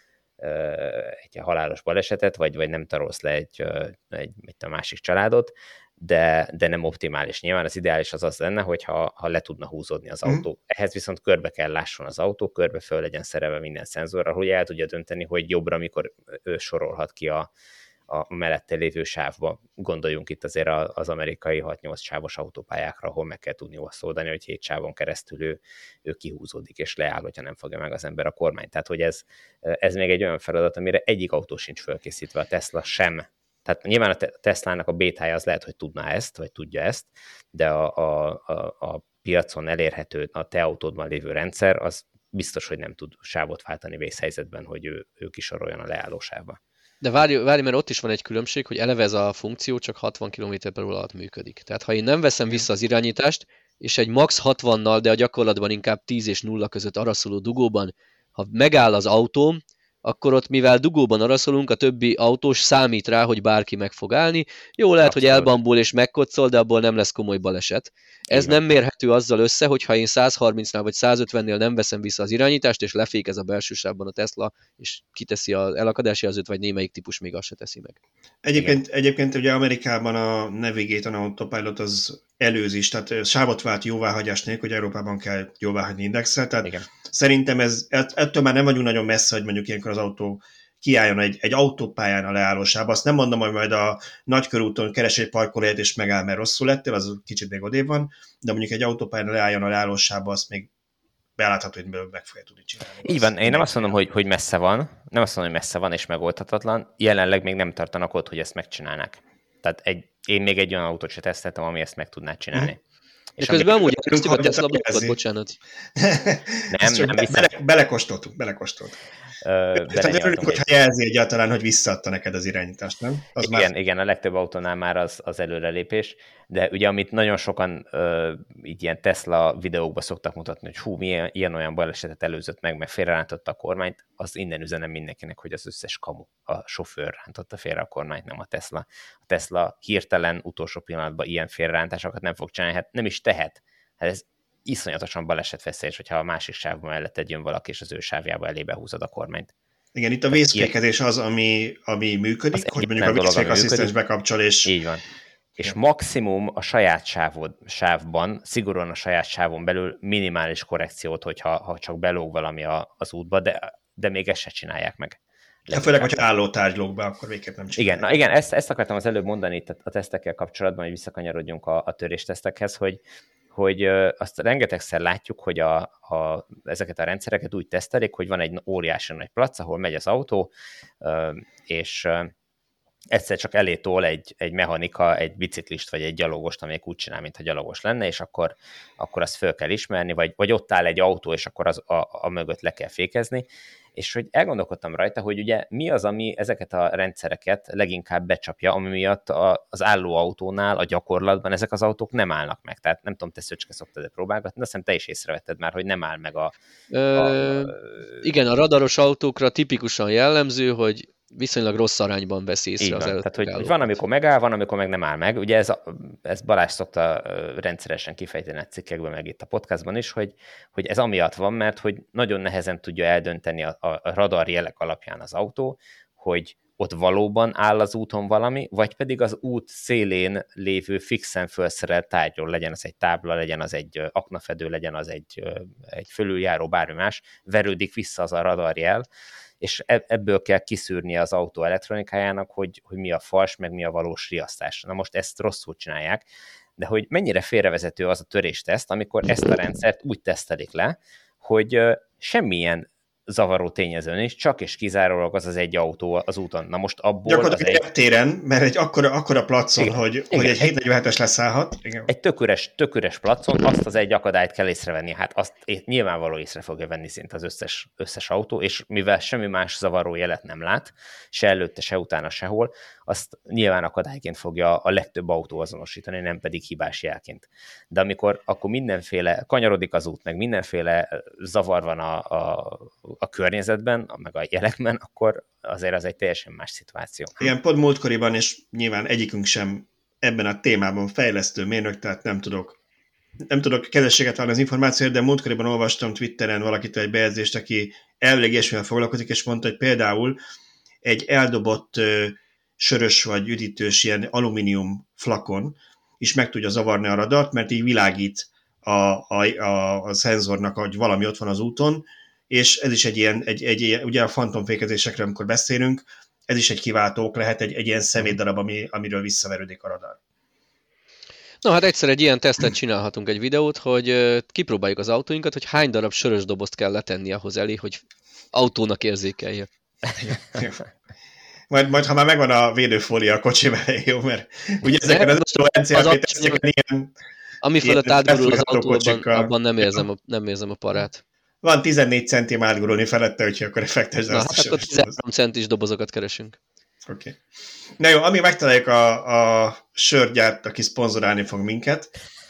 halálos balesetet, vagy nem tarolsz le egy másik családot, de nem optimális. Nyilván az ideális az lenne, hogyha le tudna húzódni az autó. Ehhez viszont körbe kell lásson az autó, körbe föl legyen szerelve minden szenzorra, hogy el tudja dönteni, hogy jobbra, mikor ő sorolhat ki a mellette lévő sávba. Gondoljunk itt azért az amerikai 6-8 sávos autópályákra, ahol meg kell tudni azt oldani, hogy 7 sávon keresztül ő kihúzódik, és leáll, hogyha nem fogja meg az ember a kormányt. Tehát, hogy ez még egy olyan feladat, amire egyik autó sincs fölkészítve, a Tesla sem. Tehát nyilván a Teslának a bétája az lehet, hogy tudná ezt, vagy tudja ezt, de a piacon elérhető, a te autódban lévő rendszer, az biztos, hogy nem tud sávot váltani vészhelyzetben, hogy ő kisoroljon a leállósávba. De várj, mert ott is van egy különbség, hogy eleve ez a funkció csak 60 km/h alatt működik. Tehát ha én nem veszem vissza az irányítást, és egy max 60-nal, de a gyakorlatban inkább 10 és 0 között araszoló dugóban, ha megáll az autóm, akkor ott, mivel dugóban araszolunk, a többi autós számít rá, hogy bárki meg fog állni. Jó, lehet, hogy elbambul és megkocol, de abból nem lesz komoly baleset. Ez nem mérhető azzal össze, hogy ha én 130-nál vagy 150-nél nem veszem vissza az irányítást, és lefékez a belső sávban a Tesla, és kiteszi az elakadási jelzőt, vagy némelyik típus még azt se teszi meg. Egyébként ugye Amerikában a Navigate Autopilot az előzés, tehát sávot vált jóváhagyás nélkül, hogy Európában kell jóváhagyni indexel, tehát igen. Szerintem ettől már nem vagyunk nagyon messze, hogy mondjuk ilyenkor az autó kiálljon egy autópályán a leállósába. Azt nem mondom, hogy majd a nagykörúton keres egy parkolóhelyet és megáll, mert rosszul lettél, az kicsit még odébb van, de mondjuk egy autópályán leálljon a leállósába, azt még belátható, hogy meg fogja tudni csinálni. Így van, én nem azt mondom, hogy messze van, nem azt mondom, hogy messze van és megoldhatatlan, jelenleg még nem tartanak ott, hogy ezt megcsinálnák. Tehát én még egy olyan autót se teszteltem, ami ezt meg tudná csinálni. És közben amúgy elkezdtük a Tesla blokkot, bocsánat. Nem, belekóstoltuk. Tehát örülünk, hogyha jelzi egyáltalán, hogy visszaadta neked az irányítást, nem? Igen, a legtöbb autónál már az előrelépés, de ugye amit nagyon sokan így ilyen Tesla videókban szoktak mutatni, hogy hú, ilyen-olyan balesetet előzött meg félrerántotta a kormányt, az innen üzenem mindenkinek, hogy az összes kamu. A sofőr rántotta félre a kormányt, nem a Tesla. A Tesla hirtelen utolsó pillanatban ilyen félrerántásokat nem fog csinálni, hát nem is tehet. Hát ez iszonyatosan balesetveszélyes, hogyha a másik sávban melletted jön valaki, és az ő sávjába elébe húzod a kormányt. Igen, itt a vészfékezés az, ami működik, hogy mondjuk a vészfékasszisztens bekapcsol, és... Így van. És maximum a saját sávban, szigorúan a saját sávon belül minimális korrekciót, hogyha csak belóg valami az útba, de még ezt se csinálják meg. Főleg, hogyha álló tárgylókba, akkor végképp nem csinálják. Igen, ezt akartam az előbb mondani itt a tesztekkel kapcsolatban, hogy visszakanyarodjunk a töréstesztekhez, hogy azt rengetegszer látjuk, hogy ezeket a rendszereket úgy tesztelik, hogy van egy óriási nagy plac, ahol megy az autó, és egyszer csak elé tol egy mechanika, egy biciklist, vagy egy gyalogost, amelyik úgy csinál, mintha gyalogos lenne, és akkor azt föl kell ismerni, vagy ott áll egy autó, és akkor a mögött le kell fékezni, és hogy elgondolkodtam rajta, hogy ugye mi az, ami ezeket a rendszereket leginkább becsapja, ami miatt az álló autónál a gyakorlatban ezek az autók nem állnak meg. Tehát nem tudom, te Szöcske szoktad-e próbálgatni, de azt hiszem te is észrevetted már, hogy nem áll meg igen, a radaros autókra tipikusan jellemző, hogy viszonylag rossz arányban vesz észre az előtt. Tehát, hogy van, amikor megáll, van, amikor meg nem áll meg. Ugye ez Balázs szokta rendszeresen kifejteni a cikkekben, meg itt a podcastban is, hogy ez amiatt van, mert hogy nagyon nehezen tudja eldönteni a radar jelek alapján az autó, hogy ott valóban áll az úton valami, vagy pedig az út szélén lévő fixen felszerelt tárgyról, legyen az egy tábla, legyen az egy aknafedő, legyen az egy fölüljáró, bármi más, verődik vissza az a radarjel, és ebből kell kiszűrnie az autó elektronikájának, hogy mi a fals, meg mi a valós riasztás. Na most ezt rosszul csinálják, de hogy mennyire félrevezető az a törésteszt, amikor ezt a rendszert úgy tesztelik le, hogy semmilyen zavaró tényező nincs, csak és kizárólag az egy autó az úton. Na most abból gyakorlatilag egy téren, mert egy akkora placon, igen, hogy egy 747-es leszállhat. Igen. Egy tök üres placon azt az egy akadályt kell észrevenni. Hát azt nyilvánvaló észre fogja venni szinte az összes autó, és mivel semmi más zavaró jelet nem lát, se előtte, se utána, sehol, azt nyilván akadályként fogja a legtöbb autó azonosítani, nem pedig hibás jelként. De akkor mindenféle, kanyarodik az út, meg mindenféle zavar van a környezetben, meg a jelekben, akkor azért az egy teljesen más szituáció. Igen, pont múltkoriban, és nyilván egyikünk sem ebben a témában fejlesztő mérnök, tehát nem tudok kezességet válni az információért, de múltkoriban olvastam Twitteren valakitől egy bejegyzést, aki elvileg ilyesmivel foglalkozik, és mondta, hogy például egy eldobott sörös vagy üdítős ilyen alumínium flakon is meg tudja zavarni a radart, mert így világít a szenzornak, hogy valami ott van az úton, és ez is egy ilyen, ugye a fantomfékezésekről, amikor beszélünk, ez is egy kiváltók lehet, egy ilyen szemétdarab, amiről visszaverődik a radar. Na hát egyszer egy ilyen tesztet csinálhatunk, egy videót, hogy kipróbáljuk az autóinkat, hogy hány darab sörös dobozt kell letenni ahhoz elé, hogy autónak érzékelje. Majd, ha már megvan a védőfólia a kocsiban, jó, mert ugye ezeken az NCAP-teszteken ilyen... Ami fölött átgurul az autó, abban nem érzem a parát. Van 14 centim átgurulni felette, úgyhogy akkor effektes. Na, hát akkor 13 centis dobozokat keresünk. Oké. Na jó, amíg megtaláljuk a sörgyárt, aki szponzorálni fog minket,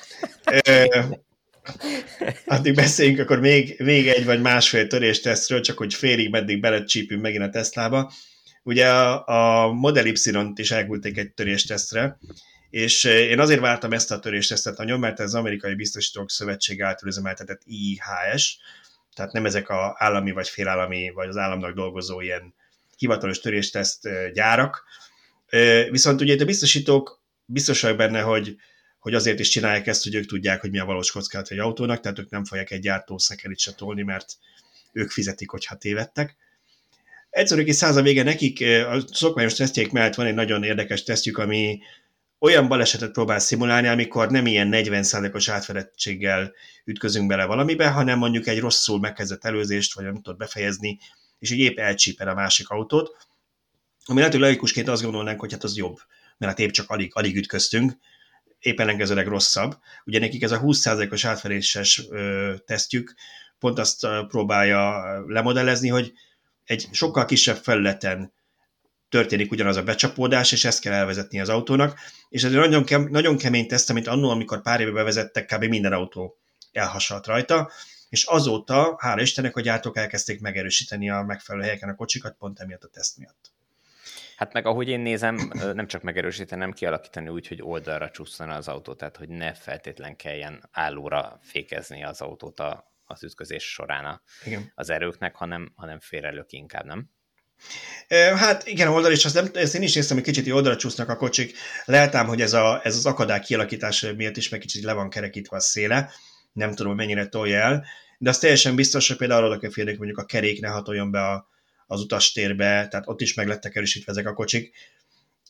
addig beszéljünk akkor még egy vagy másfél töréstesztről, csak hogy félig meddig belecsípünk megint a Teslába. Ugye a Model Y-t is elküldték egy töréstesztre, és én azért vártam ezt a töréstesztet nagyon, mert ez az Amerikai Biztosítók Szövetség által üzemeltetett IIHS, tehát nem ezek az állami vagy félállami, vagy az államnak dolgozó ilyen hivatalos törésteszt gyárak. Viszont ugye itt a biztosítók biztosak benne, hogy azért is csinálják ezt, hogy ők tudják, hogy mi a valós kockázat egy autónak, tehát ők nem fogják egy gyártó szekerit se tolni, mert ők fizetik, hogyha tévedtek. Egyszerűen kis száz a vége nekik, a szokványos tesztjeik mellett van egy nagyon érdekes tesztjük, ami olyan balesetet próbál szimulálni, amikor nem ilyen 40%-os átfedettséggel ütközünk bele valamibe, hanem mondjuk egy rosszul megkezdett előzést, vagy nem tudod befejezni, és így épp elcsípel a másik autót, ami lehet, hogy laikusként azt gondolnánk, hogy hát az jobb, mert hát épp csak alig ütköztünk, épp ellenkezőleg rosszabb. Ugye nekik ez a 20%-os átfedéses tesztjük pont azt próbálja lemodellezni, hogy egy sokkal kisebb felületen történik ugyanaz a becsapódás, és ezt kell elvezetni az autónak, és ez egy nagyon kemény teszt, amit annól, amikor pár éve bevezettek, kb. Minden autó elhasalt rajta, és azóta, hála Istennek, a gyártók elkezdték megerősíteni a megfelelő helyeken a kocsikat, pont emiatt a teszt miatt. Hát meg ahogy én nézem, nem csak megerősíteni, nem kialakítani úgy, hogy oldalra csúszson az autó, tehát hogy ne feltétlen kelljen állóra fékezni az autót az ütközés során az erőknek, hanem félrelök inkább, nem? Hát igen, oldal is, ezt én is néztem, hogy kicsit oldalra csúsznak a kocsik. Lehet ám, hogy ez az akadály kialakítása miatt is meg kicsit le van kerekítve a széle. Nem tudom, mennyire tolja el. De az teljesen biztos, hogy például arra kell félni, hogy mondjuk a kerék ne hatoljon be az utastérbe, tehát ott is meg lettek erősítve ezek a kocsik.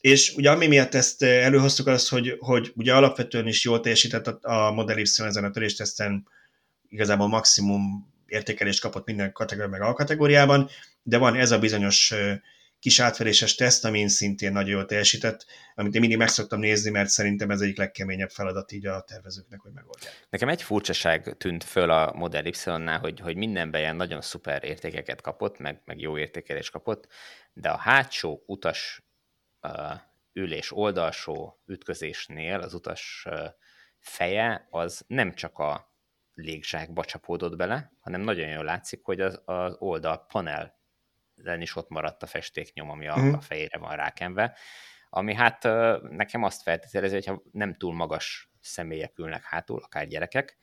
És ugye ami miatt ezt előhoztuk az, hogy ugye alapvetően is jól teljesített a Model Y ezen a törésteszten, igazából maximum értékelést kapott minden kategóriában meg alkategóriában, de van ez a bizonyos kis átveréses teszt, amin szintén nagyon jól teljesített, amit én mindig meg szoktam nézni, mert szerintem ez egyik legkeményebb feladat így a tervezőknek, hogy megoldják. Nekem egy furcsaság tűnt föl a Model Y-nál, hogy mindenben ilyen nagyon szuper értékeket kapott, meg jó értékelést kapott, de a hátsó utas ülés oldalsó ütközésnél az utas feje az nem csak a légzsákba csapódott bele, hanem nagyon jól látszik, hogy az oldal panelen is ott maradt a festéknyom, ami a fejére van rákenve, ami hát nekem azt feltételezi, hogyha nem túl magas személyek ülnek hátul, akár gyerekek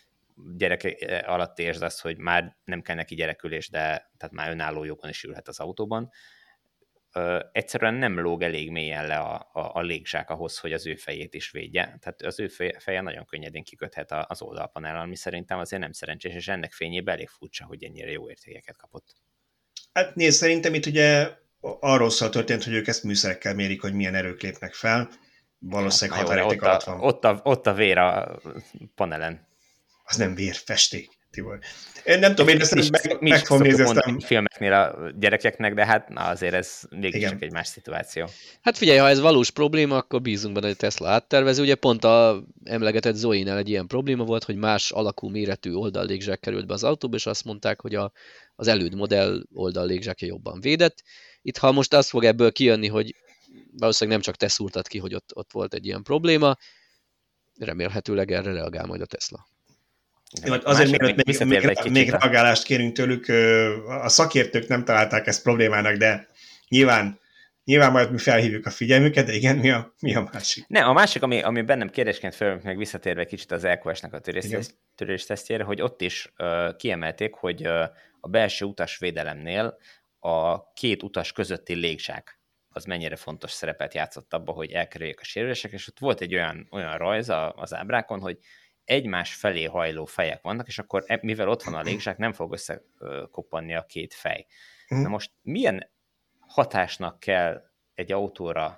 alatt értsd azt, hogy már nem kell neki gyerekülés, de tehát már önálló jogon is ülhet az autóban. Egyszerűen nem lóg elég mélyen le a légzsák ahhoz, hogy az ő fejét is védje. Tehát az ő feje nagyon könnyedén kiköthet az oldalpanellal, ami szerintem azért nem szerencsés, és ennek fényében elég furcsa, hogy ennyire jó értékeket kapott. Hát nézd, szerintem itt ugye arról szól történt, hogy ők ezt műszerekkel mérik, hogy milyen erők lépnek fel. Valószínűleg határérték alatt van. Ott a vér a panelen. Az nem vér, festék, Tibor. Én nem tudom, én ezt meg fogom nézni. Aztán filmeknél a gyerekeknek, de hát azért ez mégiscsak egy más szituáció. Hát figyelj, ha ez valós probléma, akkor bízunk benne, hogy Tesla áttervezi. Ugye pont a emlegetett Zoe-nál egy ilyen probléma volt, hogy más alakú méretű oldallégzsák került be az autóba, és azt mondták, hogy az előd modell oldallégzsákja jobban védett. Itt ha most az fog ebből kijönni, hogy valószínűleg nem csak te szúrtad ki, hogy ott volt egy ilyen probléma, remélhetőleg erre reagál majd a Tesla. Jó, azért még reagálást kérünk tőlük, a szakértők nem találták ezt problémának, de nyilván majd mi felhívjuk a figyelmüket, de igen, mi a másik? Ne, a másik, ami bennem kérdésként föl, meg visszatérve kicsit az EQS-nek a töréstesztjére, hogy ott is kiemelték, hogy a belső utasvédelemnél a két utas közötti légzsák az mennyire fontos szerepet játszott abban, hogy elkerüljék a sérülések, és ott volt egy olyan rajz az ábrákon, hogy egymás felé hajló fejek vannak, és akkor mivel ott van a légzsák, nem fog összekoppanni a két fej. Na most milyen hatásnak kell egy autóra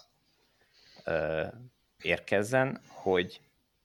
érkezzen, hogy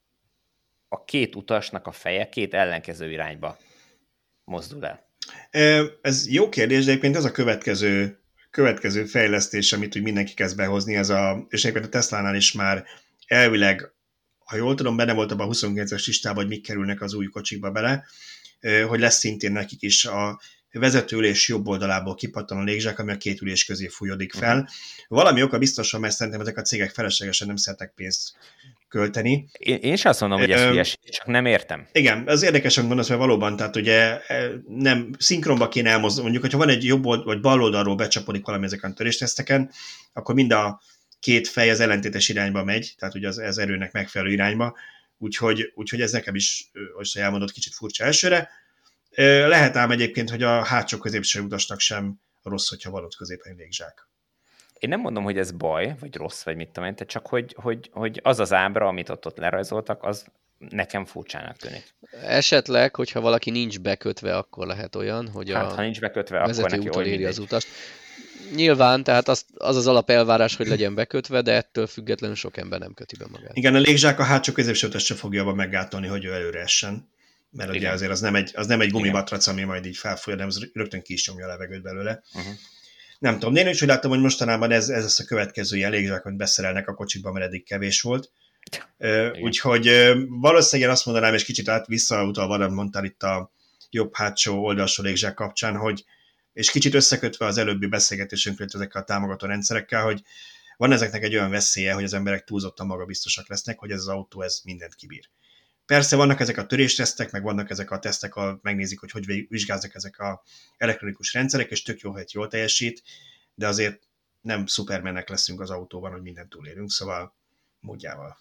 a két utasnak a feje két ellenkező irányba mozdul el? Ez jó kérdés, de egyébként ez a következő fejlesztés, amit úgy mindenki kezd behozni, és egyébként a Tesla-nál is már elvileg, ha jól tudom, benne volt abban a 29-es listában, hogy mik kerülnek az új kocsikba bele, hogy lesz szintén nekik is a vezetőülés jobb oldalából kipattan a légzsák, ami a két ülés közé fújódik fel. Valami oka biztosan, mert szerintem ezek a cégek feleslegesen nem szeretnek pénzt költeni. Én is azt mondom, hogy ez hülyeség, csak nem értem. Igen, az érdekesen gondolsz, mert valóban, tehát ugye nem szinkronba kéne elmozdulni, mondjuk, hogyha van egy jobb vagy bal oldalról becsapodik valami ezeken a törésteszteken, akkor mind a két fej az ellentétes irányba megy, tehát ugye az erőnek megfelelő irányba, úgyhogy ez nekem is, hogy elmondott, kicsit furcsa elsőre. Lehet ám egyébként, hogy a hátsó középső utasnak sem rossz, hogyha van ott középen légzsák. Én nem mondom, hogy ez baj, vagy rossz, vagy mit tudom én, csak hogy az az ábra, amit ott lerajzoltak, az nekem furcsának tűnik. Esetleg, hogyha valaki nincs bekötve, akkor lehet olyan, hogy ha nincs bekötve, a vezető akkor úton éri az utast. Nyilván, tehát az az alapelvárás, hogy legyen bekötve, de ettől függetlenül sok ember nem köti be magát. Igen, a légzsák a hátsó középső utas sem fogja abban meggátolni, hogy ő előre essen. Mert ugye azért az nem egy gumimatrac, ami majd így felfújja, de az rögtön ki is nyomja a levegőt belőle. Nem tudom, én is úgy láttam, hogy mostanában ez lesz a következő ilyen légzsák, amit beszerelnek a kocsikba, mert eddig kevés volt. Úgyhogy valószínűleg azt mondanám, és kicsit visszautalva, amit mondtál itt a jobb hátsó oldalsó légzsák kapcsán, hogy és kicsit összekötve az előbbi beszélgetésünkről ezekkel a támogató rendszerekkel, hogy van ezeknek egy olyan veszélye, hogy az emberek túlzottan magabiztosak lesznek, hogy ez az autó ez mindent kibír. Persze vannak ezek a töréstesztek, meg vannak ezek a tesztek, ahol megnézik, hogy vizsgáznak ezek a elektronikus rendszerek, és tök jó, hogy jól teljesít, de azért nem szupermennek leszünk az autóban, hogy mindent túlélünk, szóval módjával.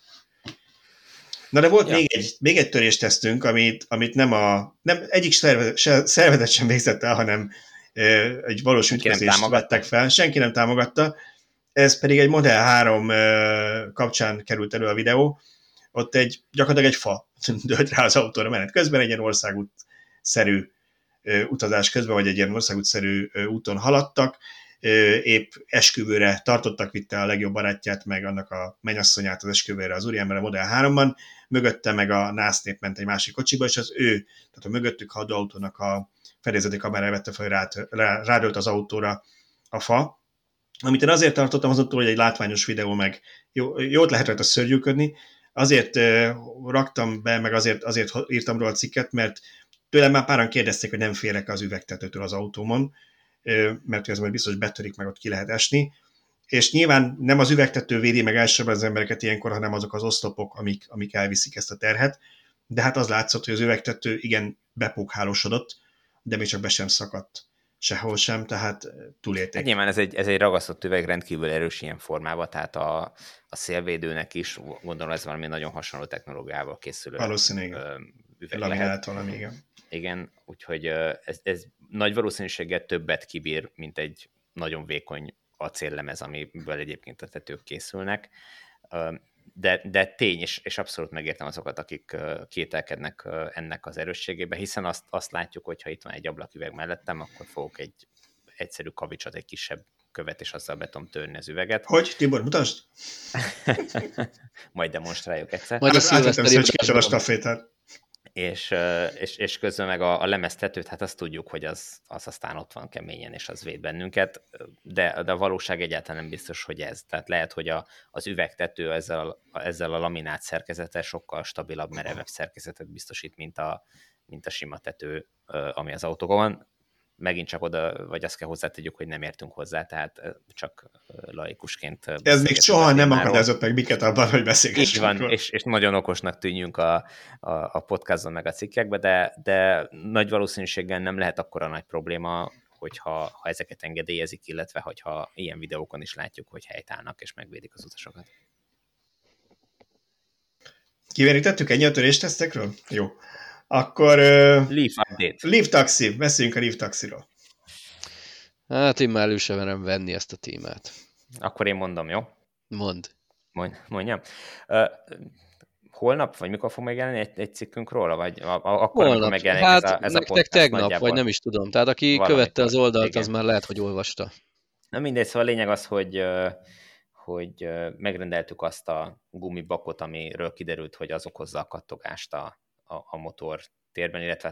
Na de volt még egy töréstesztünk, amit nem egyik szervezet sem végzett el, hanem egy valós ütközést vettek fel. Senki nem támogatta. Ez pedig egy Model 3 kapcsán került elő a videó. Ott gyakorlatilag egy fa dőlt rá az autóra menet közben, egy ilyen országútszerű utazás közben, vagy egy ilyen országútszerű úton haladtak. épp esküvőre tartottak, vitte a legjobb barátját, meg annak a mennyasszonyát az esküvőre az úriember a Model 3-ban, mögötte meg a NASZ nép ment egy másik kocsiba, és az ő, tehát a mögöttük haladó autónak a fedélzeti kamerája vette fel, hogy rádölt az autóra a fa, amit én azért tartottam azon, hogy egy látványos videó, meg jót lehet rajta szörnyűködni, azért raktam be, meg azért írtam róla a cikket, mert tőlem már páran kérdezték, hogy nem félek az üvegtetőtől az autómon, mert ez majd biztos betörik, meg ott ki lehet esni, és nyilván nem az üvegtető védi meg elsősorban az embereket ilyenkor, hanem azok az oszlopok, amik elviszik ezt a terhet, de hát az látszott, hogy az üvegtető igen bepókhálósodott, de még csak be sem szakadt sehol sem, tehát túlélték. Hát nyilván ez egy ragasztott üveg rendkívül erős ilyen formában, tehát a szélvédőnek is, gondolom ez valami nagyon hasonló technológiával készülő üveg lehet. Valami, igen. Igen, úgyhogy ez nagy valószínűséggel többet kibír, mint egy nagyon vékony acéllemez, amiből egyébként a tetők készülnek. De tény, és abszolút megértem azokat, akik kételkednek ennek az erősségébe, hiszen azt látjuk, hogy ha itt van egy ablaküveg mellettem, akkor fogok egy egyszerű kavicsot, egy kisebb követ, és azzal be tudom törni az üveget. Hogy? Tibor, mutasd! Majd demonstráljuk egyszer. Majd a szilveszteri a stafétát. És közben meg a lemeztetőt, hát azt tudjuk, hogy az aztán ott van keményen, és az véd bennünket, de a valóság egyáltalán nem biztos, hogy ez. Tehát lehet, hogy az üvegtető ezzel a laminát szerkezete sokkal stabilabb, merevebb szerkezetet biztosít, mint a sima tető, ami az autóban van. Megint csak oda, vagy azt kell hozzátegyük, hogy nem értünk hozzá, tehát csak laikusként. Ez még soha nem akadályozott meg minket abban, hogy beszélgessünk. Így van, és nagyon okosnak tűnjünk a podcaston meg a cikkekben, de nagy valószínűséggel nem lehet akkora nagy probléma, hogyha ezeket engedélyezik, illetve hogyha ilyen videókon is látjuk, hogy helytállnak és megvédik az utasokat. Kiverítettük ennyi a töréstesztekről? Jó. Akkor Leaf update. Leaf Taxi, beszéljünk a Leaf Taxiról. Hát én már elő sem merem venni ezt a témát. Akkor én mondom, jó? Mondd. Mondjam. Holnap, vagy mikor fog megjelenni egy cikkünk róla? Vagy akkor, amikor megjelenik hát ez a podcast tegnap, nagyjából. vagy nem is tudom. Tehát aki Valamikor, követte az oldalt, igen. az már lehet, hogy olvasta. Na mindegy, szóval a lényeg az, hogy megrendeltük azt a gumibakot, amiről kiderült, hogy az okozza a kattogást a motor térben, illetve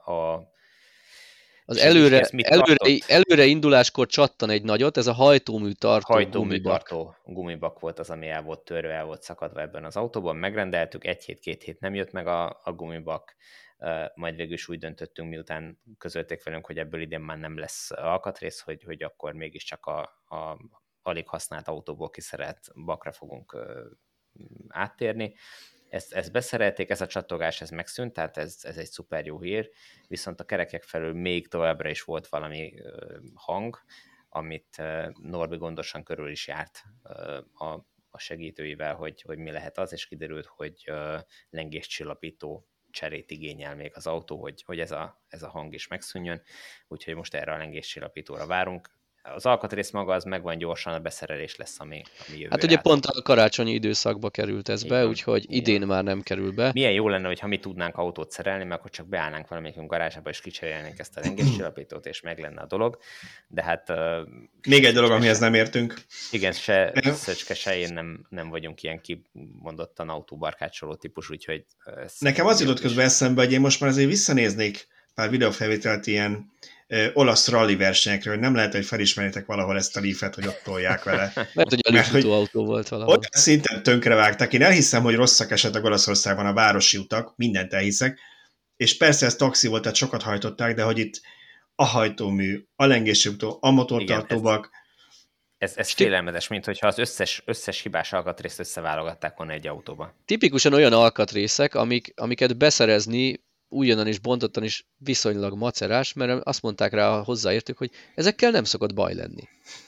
az előre induláskor csattan egy nagyot, ez a hajtómű tartó gumibak volt az, ami el volt törve, el volt szakadva ebben az autóban. Megrendeltük, 1 hét, 2 hét nem jött meg a gumibak, majd végül is úgy döntöttünk, miután közölték velünk, hogy ebből idén már nem lesz alkatrész, hogy akkor mégiscsak a alig használt autóból kiszerelt bakra fogunk áttérni. Ezt beszerelték, ez a csattogás, ez megszűnt, tehát ez egy szuper jó hír, viszont a kerekek felül még továbbra is volt valami hang, amit Norbi gondosan körül is járt a segítőivel, hogy mi lehet az, és kiderült, hogy lengéscsillapító cserét igényel még az autó, hogy ez a hang is megszűnjön, úgyhogy most erre a lengéscsillapítóra várunk. Az alkatrész maga az megvan gyorsan, a beszerelés lesz, ami jövőre. Hát ugye pont a karácsonyi időszakba került ez be, úgyhogy idén már nem kerül be. Milyen jó lenne, hogyha mi tudnánk autót szerelni, mert akkor csak beállnánk valamelyikünk garázsába, és kicserélnénk ezt a lengéscsillapítót, és meg lenne a dolog. De hát... Még egy dolog, amihez nem értünk. Igen, se Szöcske, se én nem vagyunk ilyen kimondottan autóbarkácsoló típus, úgyhogy... Nekem az jutott közben eszembe, hogy én most már azért visszanéznék pár videófelvételt ilyen olasz rally versenyekről, hogy nem lehet, hogy felismerjétek valahol ezt a Leafet, hogy ott tolják vele. Mert hogy a Leaf autó volt valahol. Ott szinten tönkrevágtak. Én elhiszem, hogy rosszak esetleg Olaszországban a városi utak, mindent elhiszek, és persze ez taxi volt, tehát sokat hajtották, de hogy itt a hajtómű, a lengésjutó, a motortartóbak. Ez félelmetes, mint hogyha az összes hibás alkatrészt összeválogatták volna egy autóba. Tipikusan olyan alkatrészek, amiket beszerezni újonnan és bontottan is viszonylag macerás, mert azt mondták rá a hozzáértők, hogy ezekkel nem szokott baj lenni.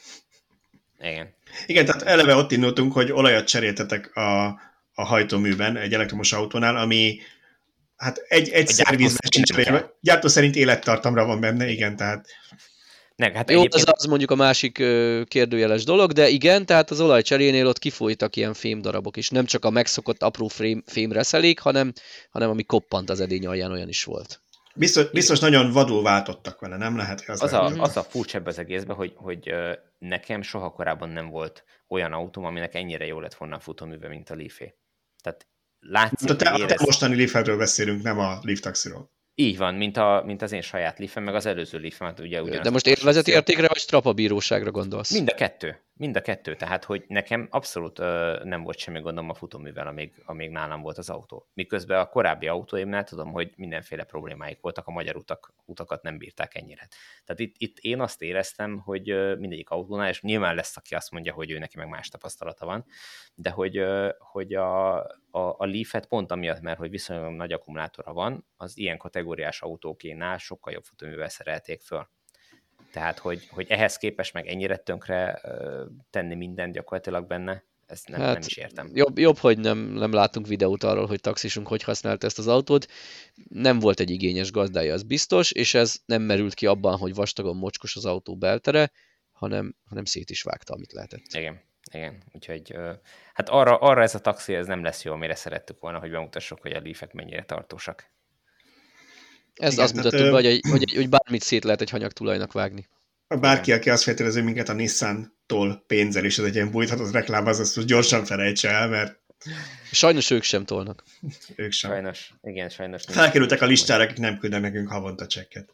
Igen, tehát eleve ott indultunk, hogy olajat cseréltetek a hajtóműben egy elektromos autónál, ami hát egy szervizben sincs cserélve. Gyártó szerint élettartamra van benne, igen, tehát... Hát jó, az mondjuk a másik kérdőjeles dolog, de igen, tehát az olajcserénél ott kifolytak ilyen fémdarabok is. Nem csak a megszokott apró fémreszelék, hanem ami koppant az edény alján, olyan is volt. Biztos nagyon vadul váltottak vele, nem lehet? Az a furcsa ebbe az egészben, hogy nekem soha korábban nem volt olyan autóm, aminek ennyire jó lett volna a futóműve, mint a Leaf-é. Tehát látszik, te mostani Leaf-ről beszélünk, nem a Leaf taxiról. Így van, mint az én saját Leaf-em, meg az előző Leaf-em, hát ugye ugyanaz. De most élvezeti értékre vagy strapabíróságra gondolsz? Mind a kettő, tehát hogy nekem abszolút nem volt semmi gondom a futóművel, amíg nálam volt az autó. Miközben a korábbi autóimnál tudom, hogy mindenféle problémáik voltak, a magyar utakat nem bírták ennyire. Tehát itt én azt éreztem, hogy mindegyik autónál, és nyilván lesz, aki azt mondja, hogy ő neki meg más tapasztalata van, de hogy a Leaf-et pont amiatt, mert hogy viszonylag nagy akkumulátora van, az ilyen kategóriás autókénál sokkal jobb futóművel szerelték föl. Tehát, hogy ehhez képest meg ennyire tönkre tenni mindent gyakorlatilag benne, ezt nem is értem. Jobb, hogy nem látunk videót arról, hogy taxisunk hogy használta ezt az autót. Nem volt egy igényes gazdája, az biztos, és ez nem merült ki abban, hogy vastagon mocskos az autó beltere, hanem szét is vágta, amit lehetett. Igen. Úgyhogy hát arra ez a taxi ez nem lesz jó, amire szerettük volna, hogy bemutassuk, hogy a Leaf-ek mennyire tartósak. Ez azt mutattuk be, hogy bármit szét lehet egy hanyagtulajnak vágni. Bárki, aki azt feltételezi minket a Nissan-tól pénzzel, és ez egy ilyen bújthatott reklám, azt gyorsan felejtse el, mert... Sajnos ők sem tolnak. Ők sem. Sajnos. Felkerültek a listára, akik nem küldnek nekünk havonta csekket.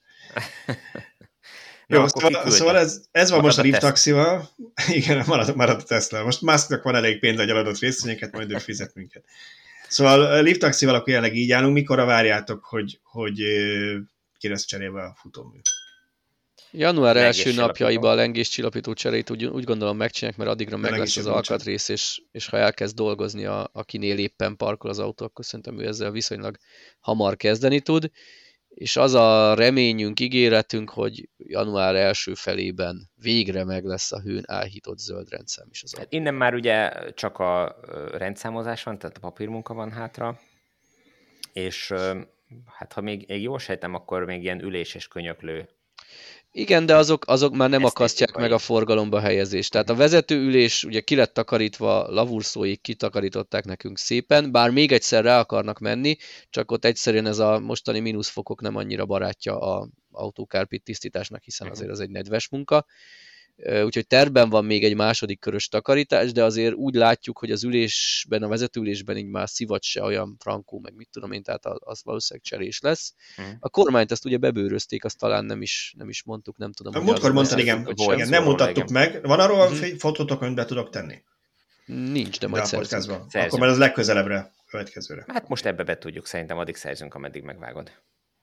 Jó, szóval ez van most a Leaf taxival. Igen, maradt a Tesla. Most Musknak van elég pénz, hogy eladott részvényeket, majd ő fizet minket. Szóval a Leaf taxival akkor jelenleg így állunk. Mikorra várjátok, hogy ki lesz cserélve a futómű? Január első napjaiban a lengéscsillapító cserét úgy gondolom megcsinálják, mert addigra meg lesz az alkatrész, és ha elkezd dolgozni, akinél éppen parkol az autó, akkor szerintem ő ezzel viszonylag hamar kezdeni tud. És az a reményünk, ígéretünk, hogy január első felében végre meg lesz a hőn áhított zöld rendszám is az autó. Innen már ugye csak a rendszámozás van, tehát a papírmunka van hátra, és hát ha még jól sejtem, akkor még ilyen ülés és könyöklő. Igen, de azok már nem akasztják meg a forgalomba helyezést. Tehát a vezetőülés ugye ki lett takarítva, lavurszóig kitakarították nekünk szépen, bár még egyszer rá akarnak menni, csak ott egyszerűen ez a mostani mínuszfokok nem annyira barátja az autókárpit tisztításnak, hiszen azért az egy nedves munka. Úgyhogy tervben van még egy második körös takarítás, de azért úgy látjuk, hogy az ülésben, a vezetőülésben így már szivacs se olyan frankó, meg mit tudom én, tehát az valószínűleg cserés lesz. A kormányt ezt ugye bebőrözték, azt talán nem is mondtuk, nem tudom. Múltkor mondtad, igen, nem mutattuk meg. Van arról fotótok, amit be tudok tenni? Nincs, de majd szerzünk. Akkor már az legközelebbre, következőre. Hát most ebbe be tudjuk, szerintem addig szerzünk, ameddig megvágod.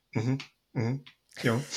Jó.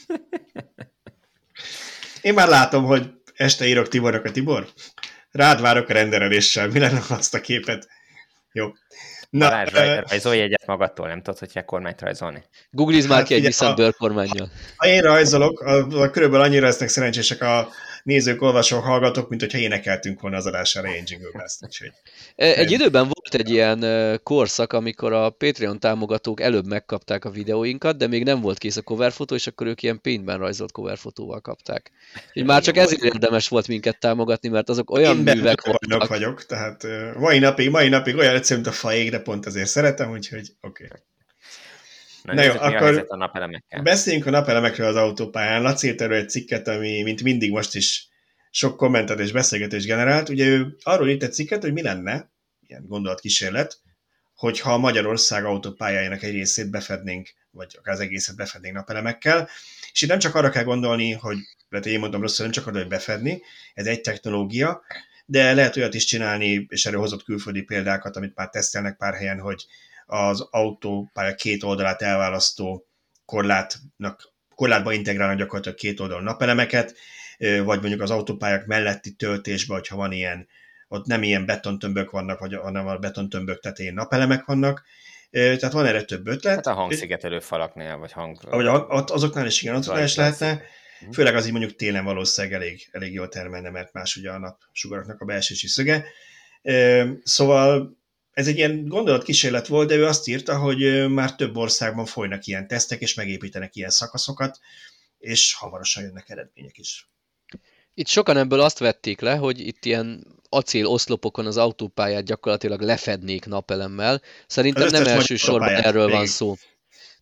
Én már látom, hogy este írok Tibornak a Tibor. Rád várok a rendereléssel. Mi lenne azt a képet? Jó. Na, rajzolj egyet magadtól, nem tudod, hogy kell kormányt rajzolni? Googliz már ki egy Nissan bőrkormánnyal. Ha én rajzolok, körülbelül annyira lesznek szerencsések a nézők, olvasók, hallgatók, mint hogyha énekeltünk volna az adás elején Jingle Bells-t. Egy időben volt egy ilyen korszak, amikor a Patreon támogatók előbb megkapták a videóinkat, de még nem volt kész a coverfotó, és akkor ők ilyen paintben rajzolt coverfotóval kapták. Úgyhogy már csak ezért érdemes volt minket támogatni, mert azok olyan művek voltak. Vagyok, tehát mai napig olyan egyszerű, mint a faég, de pont azért szeretem, úgyhogy oké. Na jó, akkor a napelemekkel. Beszéljünk a napelemekről az autópályán. Laci írt erről egy cikket, ami mint mindig most is sok kommentet és beszélgetés generált. Ugye ő arról írt egy cikket, hogy mi lenne, ilyen gondolatkísérlet, hogyha a Magyarország autópályájának egy részét befednénk, vagy akár az egészet befednénk napelemekkel. És itt nem csak arra kell gondolni, hogy lehet, én mondom rosszul, nem csak arra, hogy befedni, ez egy technológia, de lehet olyat is csinálni, és erről hozott külföldi példákat, amit már tesztelnek pár helyen, hogy az autópálya két oldalát elválasztó korlátba integrálnak gyakorlatilag két oldalon napelemeket, vagy mondjuk az autópályák melletti töltésben, hogyha van ilyen, ott nem ilyen betontömbök vannak, hanem a betontömbök tetején napelemek vannak. Tehát van erre több ötlet. Hát a hangszigetelő falaknél, vagy azoknál is igen, azoknál is lehetne. Főleg az így mondjuk télen valószínűleg elég jól termelne, mert más ugye a napsugaraknak a beesési szöge. Szóval ez egy ilyen gondolatkísérlet volt, de ő azt írta, hogy már több országban folynak ilyen tesztek, és megépítenek ilyen szakaszokat, és hamarosan jönnek eredmények is. Itt sokan ebből azt vették le, hogy itt ilyen acéloszlopokon az autópályát gyakorlatilag lefednék napelemmel. Szerintem nem elsősorban erről van szó.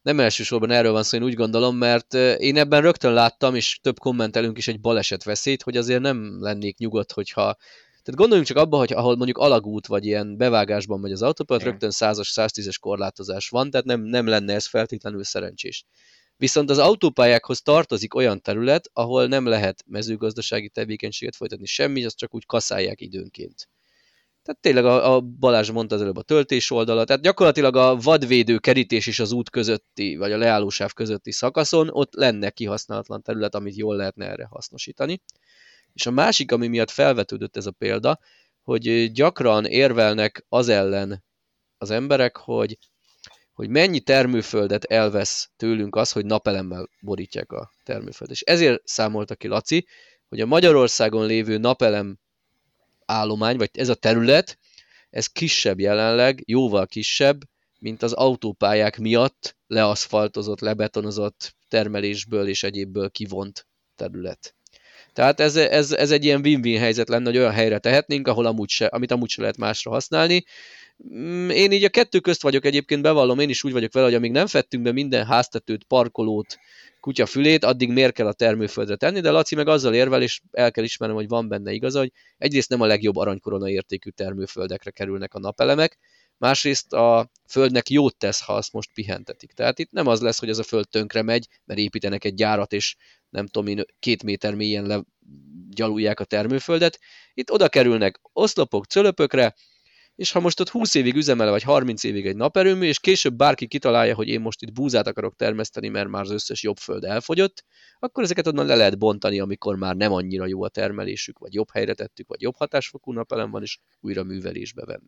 nem elsősorban erről van szó, én úgy gondolom, mert én ebben rögtön láttam, és több kommentelünk is egy balesetveszélyt, hogy azért nem lennék nyugodt, hogyha... Tehát gondoljunk csak abba, hogy ahol mondjuk alagút vagy ilyen bevágásban megy az autópálya, rögtön 100-as, 110-es korlátozás van, tehát nem lenne ez feltétlenül szerencsés. Viszont az autópályákhoz tartozik olyan terület, ahol nem lehet mezőgazdasági tevékenységet folytatni semmi, azt csak úgy kaszálják időnként. Tehát tényleg a Balázs mondta az előbb a töltés oldala, tehát gyakorlatilag a vadvédő kerítés és az út közötti, vagy a leállósáv közötti szakaszon ott lenne kihasználatlan terület, amit jól lehetne erre hasznosítani. És a másik, ami miatt felvetődött ez a példa, hogy gyakran érvelnek az ellen az emberek, hogy mennyi termőföldet elvesz tőlünk az, hogy napelemmel borítják a termőföldet. És ezért számolta ki Laci, hogy a Magyarországon lévő napelem állomány, vagy ez a terület, ez kisebb jelenleg, jóval kisebb, mint az autópályák miatt leaszfaltozott, lebetonozott termelésből és egyébből kivont terület. Tehát ez egy ilyen win-win helyzet lenne, hogy olyan helyre tehetnénk, ahol amit amúgy se lehet másra használni. Én így a kettő közt vagyok egyébként, bevallom, én is úgy vagyok vele, hogy amíg nem fettünk be minden háztetőt, parkolót, kutyafülét, addig miért kell a termőföldre tenni, de Laci meg azzal érvel, és el kell ismernem, hogy van benne igaza, hogy egyrészt nem a legjobb aranykorona értékű termőföldekre kerülnek a napelemek, másrészt a földnek jót tesz, ha azt most pihentetik. Tehát itt nem az lesz, hogy ez a föld tönkre megy, mert építenek egy gyárat, és nem tudom én, 2 méter mélyen legyalulják a termőföldet. Itt oda kerülnek oszlopok, cölöpökre, és ha most ott 20 évig üzemel, vagy 30 évig egy naperőmű, és később bárki kitalálja, hogy én most itt búzát akarok termeszteni, mert már az összes jobb föld elfogyott, akkor ezeket onnan le lehet bontani, amikor már nem annyira jó a termelésük, vagy jobb helyre tettük, vagy jobb hatásfokú napelem van, és újra művelésbe venni.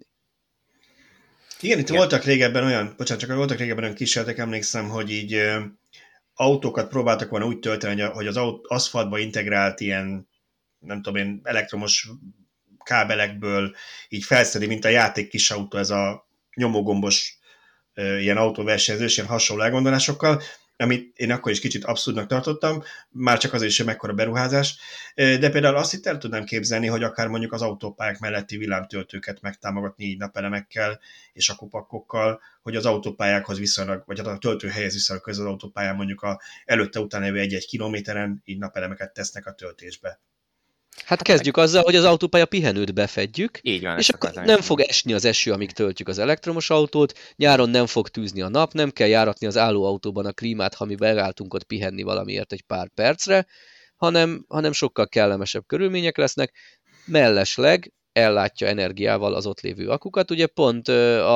Igen, itt voltak régebben olyan kísérletek, emlékszem, hogy így autókat próbáltak volna úgy tölteni, hogy az aszfaltba integrált ilyen, nem tudom én, elektromos kábelekből így felszedi, mint a játék kis autó, ez a nyomógombos ilyen autóversenyzős, ilyen hasonló elgondolásokkal, amit én akkor is kicsit abszurdnak tartottam, már csak azért sem mekkora beruházás, de például azt itt el tudnám képzelni, hogy akár mondjuk az autópályák melletti villámtöltőket megtámogatni így napelemekkel és akupakkokkal, hogy az autópályákhoz viszonylag, vagy a töltőhelyhez viszonylag közel az autópályán mondjuk a előtte-után lévő 1-1 kilométeren így napelemeket tesznek a töltésbe. Hát kezdjük azzal, hogy az autópálya pihenőt befedjük, így van, és akkor nem fog esni az eső, amíg töltjük az elektromos autót, nyáron nem fog tűzni a nap, nem kell járatni az állóautóban a klímát, ha mi megálltunk ott pihenni valamiért egy pár percre, hanem sokkal kellemesebb körülmények lesznek, mellesleg ellátja energiával az ott lévő akukat. Ugye pont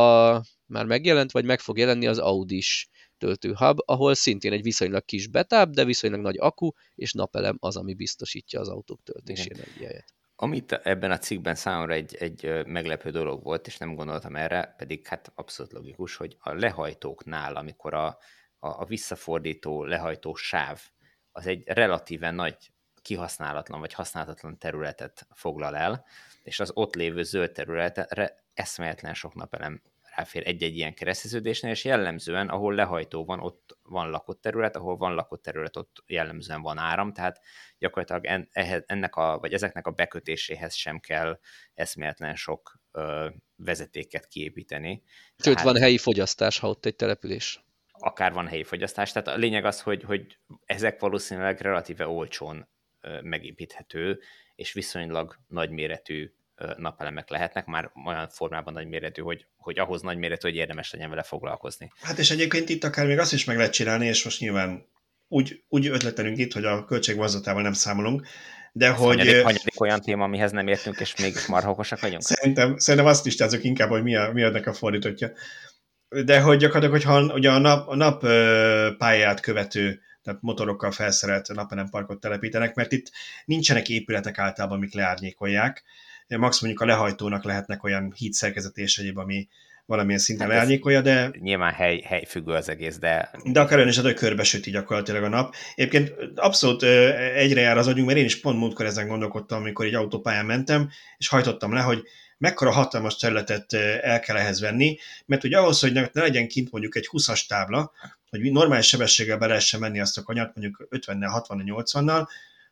már megjelent, vagy meg fog jelenni az Audi-s töltőhub, ahol szintén egy viszonylag kis betáp, de viszonylag nagy akku és napelem az, ami biztosítja az autók töltési energiáját. Amit ebben a cikkben számomra egy meglepő dolog volt, és nem gondoltam erre, pedig hát abszolút logikus, hogy a lehajtóknál, amikor a visszafordító lehajtó sáv, az egy relatíven nagy kihasználatlan vagy használhatatlan területet foglal el, és az ott lévő zöld területre eszméletlen sok napelem ráfér egy-egy ilyen kereszteződésnél, és jellemzően, ahol lehajtó van, ott van lakott terület, ahol van lakott terület, ott jellemzően van áram, tehát gyakorlatilag vagy ezeknek a bekötéséhez sem kell eszméletlen sok vezetéket kiépíteni. Sőt, tehát van helyi fogyasztás, ha ott egy település. Akár van helyi fogyasztás, tehát a lényeg az, hogy ezek valószínűleg relatíve olcsón megépíthető, és viszonylag nagyméretű napelemek lehetnek, már olyan formában nagyméretű, hogy ahhoz nagyméretű, hogy érdemes legyen vele foglalkozni. Hát és egyébként itt akár még azt is meg lehet csinálni, és most nyilván úgy ötletelünk itt, hogy a költség vonzatával nem számolunk, de ez hogy... Hanyadik olyan téma, amihez nem értünk, és még marha okosak vagyunk? Szerintem azt listázok inkább, hogy mi ennek a fordítottja. De hogy gyakorlatilag, hogyha ugye a nap pályát követő, tehát motorokkal felszerelt napelemparkot telepítenek, mert itt nincsenek épületek általában, amik leárnyékolják. Max mondjuk a lehajtónak lehetnek olyan híd szerkezetés egyéb, ami valamilyen szinten hát leárnyékolja, de... Nyilván helyfüggő az egész, de... De akár olyan is, hogy körbesüti gyakorlatilag a nap. Egyébként abszolút egyre jár az agyunk, mert én is pont múltkor ezen gondolkodtam, amikor egy autópályán mentem, és hajtottam le, hogy mekkora hatalmas területet el kell ehhez venni, mert ugye ahhoz, hogy ne legyen kint mondjuk egy 20-as tábla, hogy normális sebességgel be lehessen menni azt a kanyart, mondjuk 50-nel, 60-nal, 80-nal,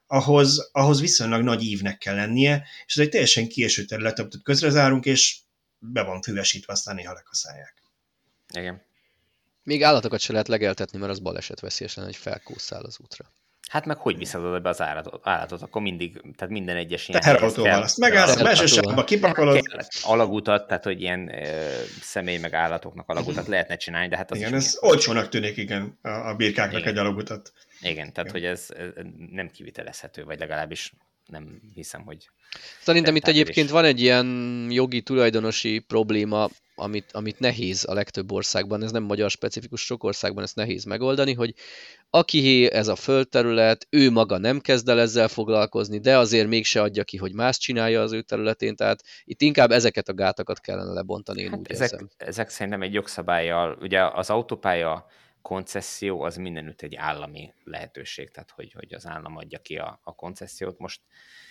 ahhoz viszonylag nagy ívnek kell lennie, és ez egy teljesen kieső terület, tehát közrezárunk, és be van füvesítve, aztán néha lekaszálják. Igen. Még állatokat se lehet legeltetni, mert az balesetveszélyes lenne, hogy felkúszál az útra. Hát meg hogy viszed oda be az állatot? Akkor mindig, tehát minden egyes ilyen Teherautóval, azt megállsz a belső sávba, kipakolod. Alagutat, tehát hogy ilyen személy meg állatoknak alagutat lehetne csinálni, de hát az igen, is ez olcsónak tűnik, igen, a birkáknak igen. egy alagutat. Igen, tehát hogy ez nem kivitelezhető, vagy legalábbis nem hiszem, hogy... Szerintem itt egyébként van egy ilyen jogi tulajdonosi probléma, amit nehéz a legtöbb országban, ez nem magyar specifikus, sok országban ezt nehéz megoldani, hogy akié ez a földterület, ő maga nem kezd el ezzel foglalkozni, de azért mégse adja ki, hogy más csinálja az ő területén, tehát itt inkább ezeket a gátakat kellene lebontani, én úgy érzem. Ezek szerintem egy jogszabállyal, ugye az autópálya koncesszió az mindenütt egy állami lehetőség, tehát hogy az állam adja ki a koncesziót. Most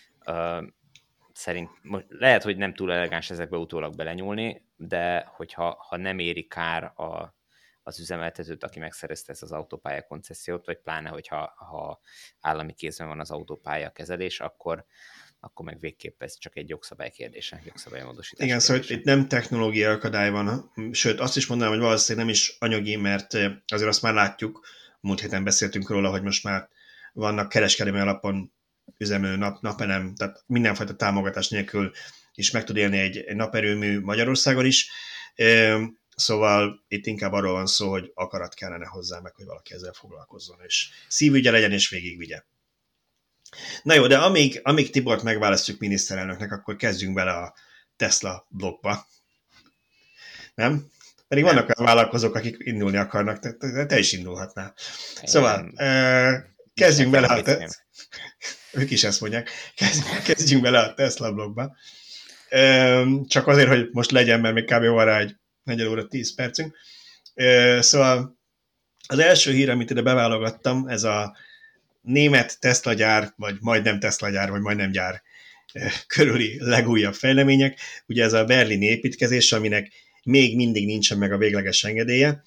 lehet, hogy nem túl elegáns ezekbe utólag belenyúlni, de hogyha nem éri kár az üzemeltetőt, aki megszerezte ezt az autópálya koncesziót, vagy pláne, hogyha állami kézben van az autópálya kezelés, akkor meg végképp ez csak egy jogszabály kérdése, jogszabálymódosítás. Igen, szóval itt nem technológiai akadály van, sőt azt is mondanám, hogy valószínűleg nem is anyagi, mert azért azt már látjuk, múlt héten beszéltünk róla, hogy most már vannak kereskedelmi alapon üzemlő napelem, tehát mindenfajta támogatás nélkül is meg tud élni egy naperőmű Magyarországon is. Szóval itt inkább arról van szó, hogy akarat kellene hozzá, meg hogy valaki ezzel foglalkozzon, és szívügye legyen, és végigvigye. Na jó, de amíg Tibort megválasztjuk miniszterelnöknek, akkor kezdjünk bele a Tesla blogba. Nem? Pedig vannak olyan vállalkozók, akik indulni akarnak, te is indulhatnál. Szóval kezdjünk bele a ők is ezt mondják. Kezdjünk bele a Tesla blogba. Csak azért, hogy most legyen, mert még kb. Van rá egy 4 óra 10 percünk. Szóval az első hír, amit ide beválogattam, ez a német Tesla gyár, vagy majdnem Tesla gyár, vagy majdnem gyár körüli legújabb fejlemények. Ugye ez a berlini építkezés, aminek még mindig nincsen meg a végleges engedélye,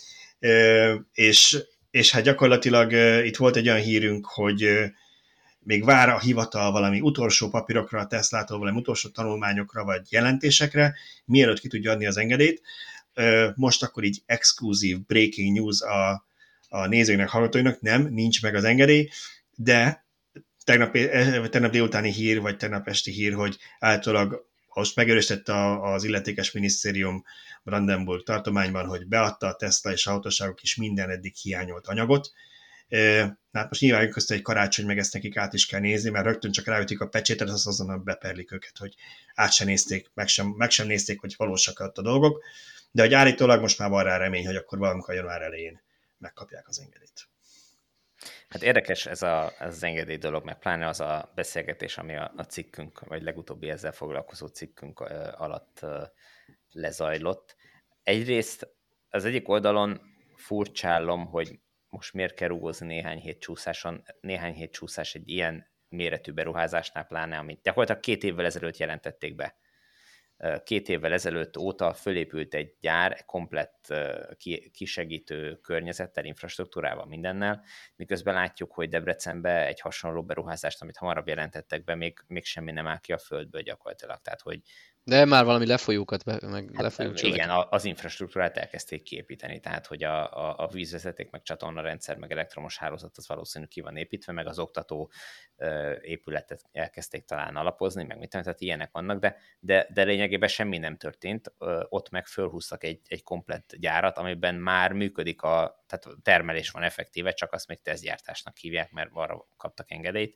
és hát gyakorlatilag itt volt egy olyan hírünk, hogy még vár a hivatal valami utolsó papírokra, a Teslától valami utolsó tanulmányokra vagy jelentésekre, mielőtt ki tudja adni az engedélyt. Most akkor így exkluzív breaking news a nézőinek, hallgatóinak, nincs meg az engedély, de tegnap délutáni hír, vagy tegnap esti hír, hogy általában most megerősítette az illetékes minisztérium Brandenburg tartományban, hogy beadta a Tesla és autóságok is minden eddig hiányolt anyagot. Hát most nyilván közte egy karácsony, meg ezt nekik át is kell nézni, mert rögtön csak ráütik a pecsétet, azt azonnal beperlik őket, hogy át sem nézték, meg sem nézték, hogy valósak ott a dolgok, de hogy állítólag most már van rá remény, hogy akkor valamikor január elején megkapják az engedélyt. Hát érdekes ez az engedély dolog, meg pláne az a beszélgetés, ami a cikkünk, vagy legutóbbi ezzel foglalkozó cikkünk alatt lezajlott. Egyrészt az egyik oldalon furcsálom, hogy most miért kell rúgózni néhány hét csúszás egy ilyen méretű beruházásnál, pláne, amit gyakorlatilag 2 évvel ezelőtt jelentették be. 2 évvel ezelőtt óta fölépült egy gyár, komplett kisegítő környezettel, infrastruktúrával, mindennel, miközben látjuk, hogy Debrecenbe egy hasonló beruházást, amit hamarabb jelentettek be, még semmi nem áll ki a földből gyakorlatilag. Tehát, hogy de már valami lefolyókat, meg igen, az infrastruktúrát elkezdték kiépíteni, tehát hogy a vízvezeték, meg csatornarendszer, meg elektromos hálózat az valószínű ki van építve, meg az oktató épületet elkezdték talán alapozni, meg mit tehát ilyenek vannak, de lényegében semmi nem történt, ott meg fölhúztak egy komplett gyárat, amiben már működik tehát termelés van effektíve, csak azt még tesztgyártásnak hívják, mert arra kaptak engedélyt.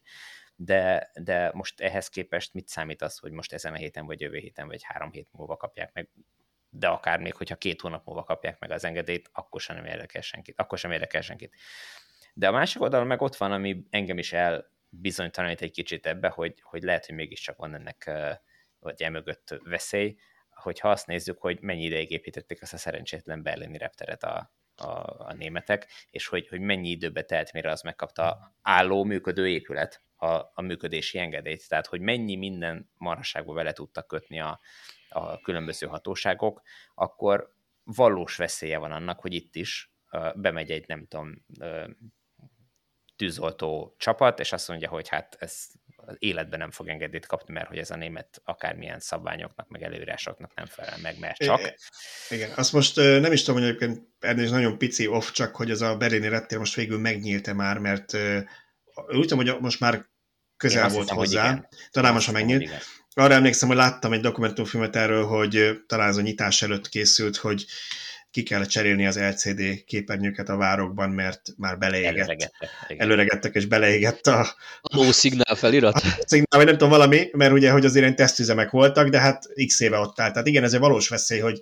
De most ehhez képest mit számít az, hogy most ezen a héten, vagy jövő héten, vagy 3 hét múlva kapják meg, de akár még, hogyha 2 hónap múlva kapják meg az engedélyt, akkor sem érdekel senkit. De a másik oldalon meg ott van, ami engem is elbizonytalanít egy kicsit ebbe, hogy lehet, hogy mégiscsak van ennek, vagy emögött veszély, hogyha azt nézzük, hogy mennyi ideig építették azt a szerencsétlen berlini repteret a németek, és hogy mennyi időbe telt, mire az megkapta álló működő épület a működési engedélyt. Tehát, hogy mennyi minden marhaságba vele tudtak kötni a különböző hatóságok, akkor valós veszélye van annak, hogy itt is bemegy egy, nem tudom, tűzoltó csapat, és azt mondja, hogy hát ez az életben nem fog engedélyt kapni, mert hogy ez a német akármilyen szabványoknak, meg előírásoknak nem felel meg, mert csak. Igen, azt most nem is tudom, hogy egyébként ennél nagyon pici off, csak hogy ez a berlini reptér most végül megnyílt-e már, mert úgy tudom, hogy most már közel volt hozzá, talán most már megnyílt. Arra emlékszem, hogy láttam egy dokumentumfilmet erről, hogy talán az a nyitás előtt készült, hogy ki kell cserélni az LCD képernyőket a várokban, mert már beleégett. Előregettek, és beleégett a szignál felirat. Szignál, vagy nem tudom, valami, mert ugye, hogy azért ilyen tesztüzemek voltak, de hát x éve ott állt. Tehát igen, ez egy valós veszély, hogy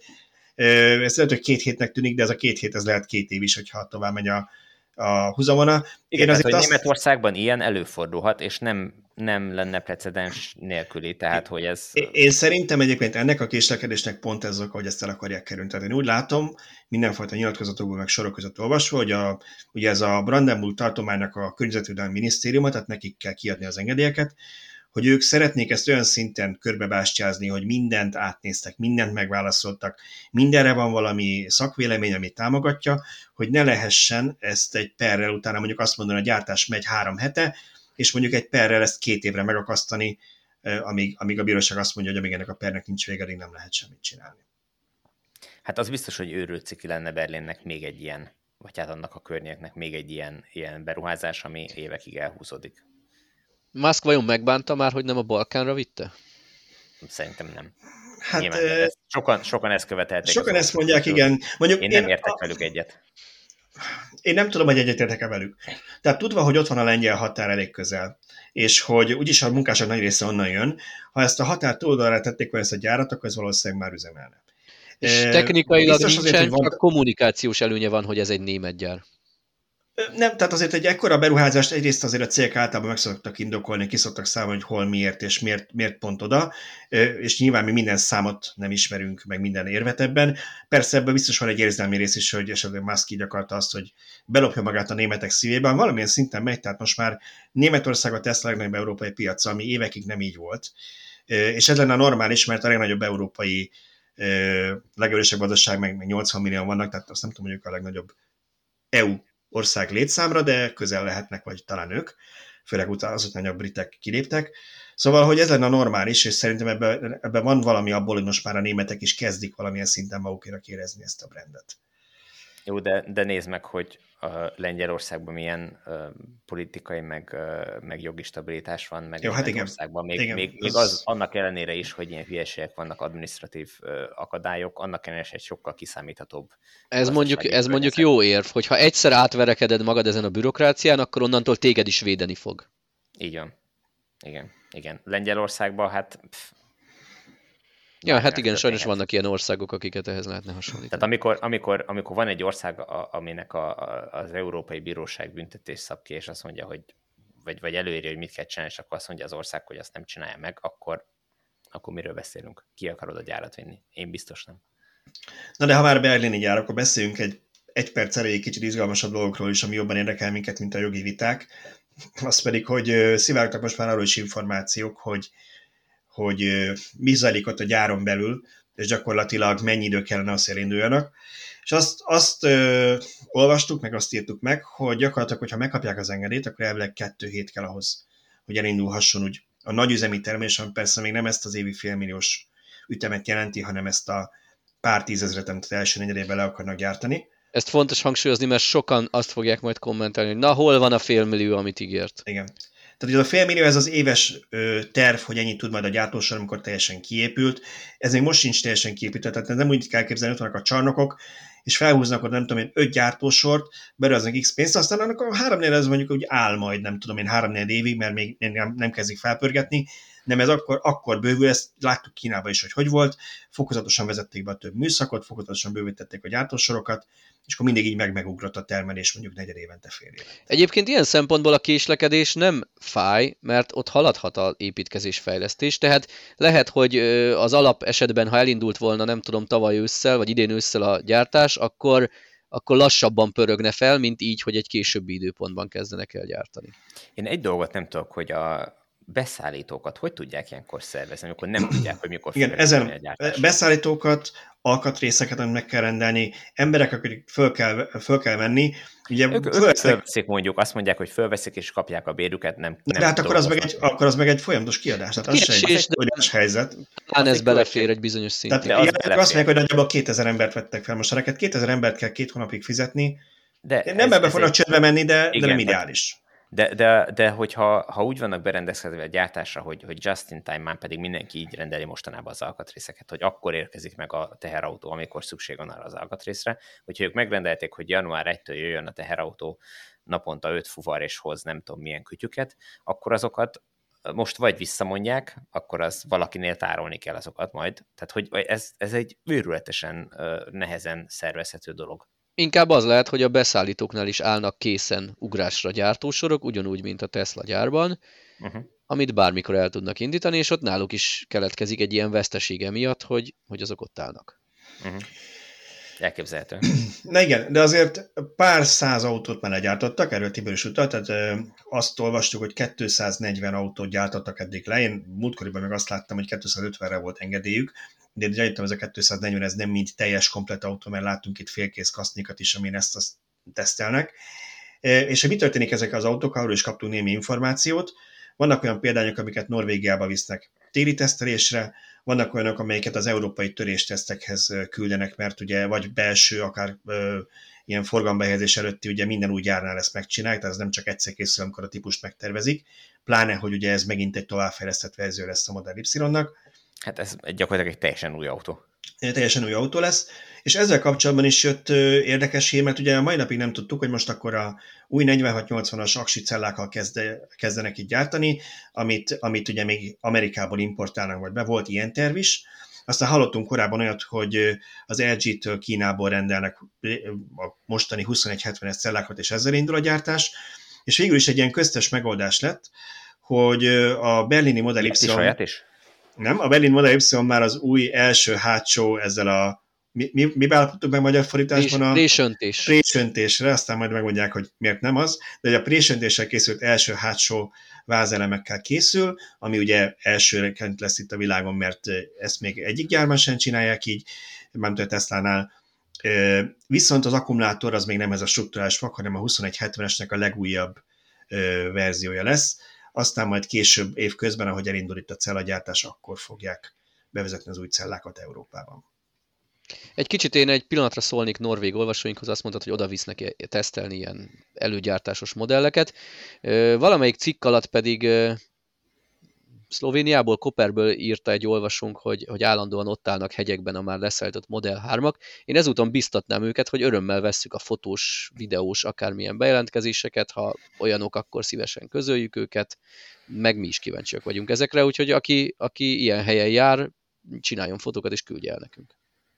ez lehet, hogy 2 hétnek tűnik, de ez a 2 hét, ez lehet 2 év is, hogyha tovább megy a húzamona. Igen, tehát, hogy Németországban ilyen előfordulhat, és nem lenne precedens nélküli, tehát hogy ez... Én szerintem egyébként ennek a késlekedésnek pont ez oka, hogy ezt el akarják kerülni. Tehát én úgy látom, mindenfajta nyilatkozatokból meg sorok között olvasva, hogy ugye ez a Brandenburg tartománynak a környezetvédelmi minisztériuma, tehát nekik kell kiadni az engedélyeket, hogy ők szeretnék ezt olyan szinten körbebástyázni, hogy mindent átnéztek, mindent megválaszoltak, mindenre van valami szakvélemény, ami támogatja, hogy ne lehessen ezt egy perrel utána mondjuk azt mondani, hogy a gyártás megy 3 hete, és mondjuk egy perrel ezt 2 évre megakasztani, amíg a bíróság azt mondja, hogy amíg ennek a pernek nincs vége, addig nem lehet semmit csinálni. Hát az biztos, hogy őrült ciki lenne Berlinnek még egy ilyen, vagy hát annak a környéknek még egy ilyen beruházás, ami évekig elhúzódik. Musk vajon megbánta már, hogy nem a Balkánra vitte? Szerintem nem. Hát, nyilván, sokan ezt követelték. Sokan ezt mondják, igen. Mondjuk én nem értek velük egyet. Én nem tudom, hogy egyetértek-e velük. Tehát tudva, hogy ott van a lengyel határ elég közel, és hogy úgyis a munkások nagy része onnan jön, ha ezt a határt túloldalra tették volna ezt a gyárat, akkor ez valószínűleg már üzemelne. És technikailag nincsen, csak kommunikációs előnye van, hogy ez egy német gyár. Nem, tehát azért egy ekkora beruházást egyrészt azért a cégek általában meg szoktak indokolni, ki szoktak számolni, hogy hol, miért és miért pont oda, és nyilván mi minden számot nem ismerünk, meg minden érvet ebben. Persze ebben biztos van egy érzelmi rész is, hogy esetleg Musk így akarta azt, hogy belopja magát a németek szívében. Valamilyen szinten megy, tehát most már Németország a Tesla legnagyobb európai piaca, ami évekig nem így volt. És ez lenne a normális, mert a legnagyobb európai legerősebb gazdaság, meg 80 millió vannak, tehát azt nem tudom, hogy ők a legnagyobb EU ország létszámra, de közel lehetnek, vagy talán ők, főleg azután, hogy a britek kiléptek. Szóval, hogy ez lenne a normális, és szerintem ebben van valami abból, hogy most már a németek is kezdik valamilyen szinten magukéra érezni ezt a brandet. Jó, de nézd meg, hogy a Lengyelországban milyen politikai, meg jogi stabilitás van, meg Németországban. Még az annak ellenére is, hogy ilyen hülyeségek vannak, adminisztratív akadályok, annak ellenére egy sokkal kiszámíthatóbb. Ez mondjuk jó érv, hogy ha egyszer átverekeded magad ezen a bürokrácián, akkor onnantól téged is védeni fog. Így van. Igen. Lengyelországban hát... Ja, hát igen, sajnos vannak ilyen országok, akiket ehhez lehetne hasonlítani. Tehát amikor van egy ország, aminek az Európai Bíróság büntetés szab ki, és azt mondja, hogy vagy előírja, hogy mit kell csinálni, és akkor azt mondja az ország, hogy azt nem csinálja meg, akkor miről beszélünk? Ki akarod a gyárat vinni? Én biztos nem. Na de ha már berlini gyár, akkor beszéljünk egy perc erejéig kicsit izgalmasabb dolgokról is, ami jobban érdekel minket, mint a jogi viták. Az pedig, hogy szivárogtak most már arról is információk, hogy mi zajlik ott a gyáron belül, és gyakorlatilag mennyi idő kellene azt elinduljanak. És azt olvastuk, meg azt írtuk meg, hogy gyakorlatilag, hogyha megkapják az engedélyt, akkor elvileg 2 hét kell ahhoz, hogy elindulhasson úgy a nagyüzemi termés, ami persze még nem ezt az évi félmilliós ütemet jelenti, hanem ezt a pár tízezret, amit az első negyedében le akarnak gyártani. Ezt fontos hangsúlyozni, mert sokan azt fogják majd kommentálni, hogy na, hol van a félmillió, amit ígért. Igen. Tehát ez a félmillió, ez az éves terv, hogy ennyit tud majd a gyártósor, amikor teljesen kiépült. Ez még most sincs teljesen kiépült, tehát nem úgy kell képzelni, ott vannak a csarnokok, és felhúznak ott nem tudom én 5 gyártósort, beruháznak X pénzt, aztán annak a 3-4 ez mondjuk úgy áll majd, nem tudom én 3-4 évig, mert még nem kezdik felpörgetni, nem ez akkor bővül, ezt láttuk Kínában is, hogy volt, fokozatosan vezették be a több műszakot, fokozatosan bővítették a gyártósorokat, és akkor mindig így megugrott a termelés mondjuk 4 évente, fél évente. Egyébként ilyen szempontból a késlekedés nem fáj, mert ott haladhat az építkezés fejlesztés, tehát lehet, hogy az alap esetben, ha elindult volna, nem tudom, tavaly ősszel, vagy idén ősszel a gyártás, akkor lassabban pörögne fel, mint így, hogy egy későbbi időpontban kezdenek el gyártani. Én egy dolgot nem tudok, hogy beszállítókat hogy tudják ilyenkor szervezni, amikor nem tudják, hogy mikor Igen, fogják a ezen gyártás? beszállítókat, alkatrészeket, amit meg kell rendelni, emberek, akik föl kell venni. Ugye ők fölveszik, mondjuk, azt mondják, hogy fölveszik és kapják a bérüket, nem de hát akkor az meg egy folyamatos kiadás. Tehát az se egy óriás helyzet. Talán ez belefér egy bizonyos szintig. Tehát azt mondják, hogy nagyjából 2000 embert vettek fel. Most ha neked 2000 embert kell 2 hónapig fizetni, nem ebben fognak csődbe menni, de nem ideális. De hogyha úgy vannak berendezkedve a gyártásra, hogy just in time, már pedig mindenki így rendeli mostanában az alkatrészeket, hogy akkor érkezik meg a teherautó, amikor szükség van arra az alkatrészre, hogyha ők megrendelték, hogy január 1-től jöjjön a teherautó naponta 5 fuvar és hoz nem tudom milyen kütyüket, akkor azokat most vagy visszamondják, akkor az valakinél tárolni kell azokat majd. Tehát, hogy ez egy őrületesen nehezen szervezhető dolog. Inkább az lehet, hogy a beszállítóknál is állnak készen ugrásra gyártósorok, ugyanúgy, mint a Tesla gyárban, amit bármikor el tudnak indítani, és ott náluk is keletkezik egy ilyen vesztesége miatt, hogy azok ott állnak. Elképzelhető. Na igen, de azért pár száz autót már legyártottak, erről Tibor is utalt, tehát azt olvastuk, hogy 240 autót gyártottak eddig le, én múltkoriban meg azt láttam, hogy 250-re volt engedélyük, de gyanítom, ez a 240, ez nem mind teljes komplet autó, mert láttunk itt félkész kasznikat is, amin ezt azt tesztelnek. És hogy mi történik ezekkel az autókkal, arról is kaptunk némi információt. Vannak olyan példányok, amiket Norvégiába visznek téli tesztelésre, vannak olyanok, amelyeket az európai töréstesztekhez küldenek, mert ugye vagy belső, akár ilyen forgalombehelyezés előtti, ugye minden új gyárnál ezt megcsinálják, tehát ez nem csak egyszer készül, amikor a típust megtervezik, pláne, hogy ugye ez megint egy továbbfejlesztett verzió lesz a Model Y-nak. Hát ez gyakorlatilag egy teljesen új autó. Teljesen új autó lesz, és ezzel kapcsolatban is jött érdekes hír, mert ugye a mai napig nem tudtuk, hogy most akkor a új 4680-as aksi cellákkal kezdenek itt gyártani, amit ugye még Amerikából importálnak, vagy be volt ilyen terv is. Aztán hallottunk korábban olyat, hogy az LG-től Kínából rendelnek a mostani 2170-es cellákat, és ezzel indul a gyártás, és végül is egy ilyen köztes megoldás lett, hogy a berlini Model Y... saját is? Nem, a Berlin Model Y már az új első hátsó ezzel a... Mi állapodtuk meg magyar fordításban a... Présöntésre, aztán majd megmondják, hogy miért nem az, de hogy a présöntéssel készült első hátsó vázelemekkel készül, ami ugye elsőként lesz itt a világon, mert ezt még egyik gyárban sem csinálják így, mármint a Tesla-nál. Viszont az akkumulátor az még nem ez a strukturális mag, hanem a 2170-esnek a legújabb verziója lesz. Aztán majd később évközben, ahogy elindul itt a cellagyártás, akkor fogják bevezetni az új cellákat Európában. Egy kicsit én egy pillanatra szólnék norvég olvasóinkhoz, azt mondtad, hogy oda visznek tesztelni ilyen előgyártásos modelleket. Valamelyik cikk alatt pedig Szlovéniából, Koperből írta egy olvasónk, hogy állandóan ott állnak hegyekben a már leszállított Model 3-ak. Én ezúton biztatnám őket, hogy örömmel vesszük a fotós, videós, akármilyen bejelentkezéseket, ha olyanok, akkor szívesen közöljük őket, meg mi is kíváncsiak vagyunk ezekre, úgyhogy aki ilyen helyen jár, csináljon fotókat és küldje el nekünk.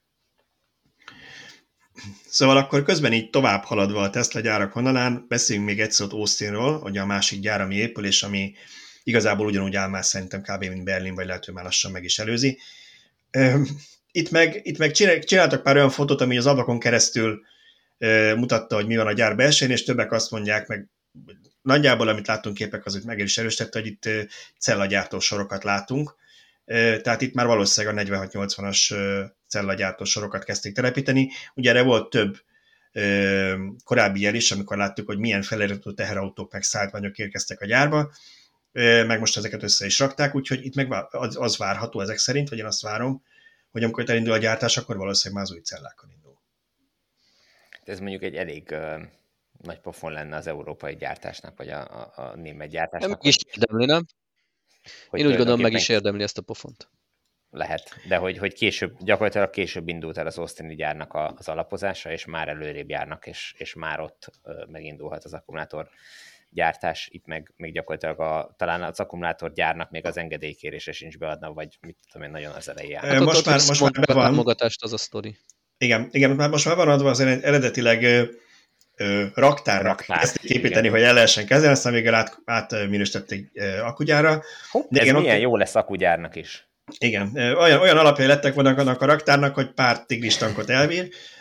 Szóval akkor közben így tovább haladva a Tesla gyárak vonalán, beszéljünk még egy szót Austinról, ugye a másik gyár, ami épül, és ami igazából ugyanúgy áll már szerintem kb. Mint Berlin, vagy lehet, hogy már lassan meg is előzi. Itt meg csináltak pár olyan fotót, ami az ablakon keresztül mutatta, hogy mi van a gyár belsején, és többek azt mondják, meg nagyjából, amit láttunk képek, az meg is erősítette, hogy itt cellagyártó sorokat látunk. Tehát itt már valószínűleg a 4680-as cellagyártó sorokat kezdték telepíteni. Ugye erre volt több korábbi jel is, amikor láttuk, hogy milyen feliratú teherautók meg szállítmányok érkeztek a gyárba, meg most ezeket össze is rakták, úgyhogy itt meg az várható ezek szerint, vagy én azt várom, hogy amikor itt elindul a gyártás, akkor valószínűleg már az új cellákkal indul. Ez mondjuk egy elég nagy pofon lenne az európai gyártásnak, vagy a német gyártásnak. Meg is érdemli, nem? Én úgy gondolom, meg is érdemli ezt a pofont. Lehet, de hogy később, gyakorlatilag később indult el az austini gyárnak az alapozása, és már előrébb járnak, és már ott megindulhat az akkumulátor gyártás, itt meg még gyakorlatilag talán az akkumulátorgyárnak még az engedélykérése sincs beadna, vagy mit tudom én, nagyon az elején. Hát most már van. Támogatást az a sztori. Igen, most már van adva az eredetileg raktárnak kezdték építeni, hogy el lehessen kezelni, aztán végül átminősítették akkugyárra. De ez milyen jó lesz akkugyárnak is. Igen, olyan alapjai lettek vannak annak a raktárnak, hogy pár tigris tankot elbír.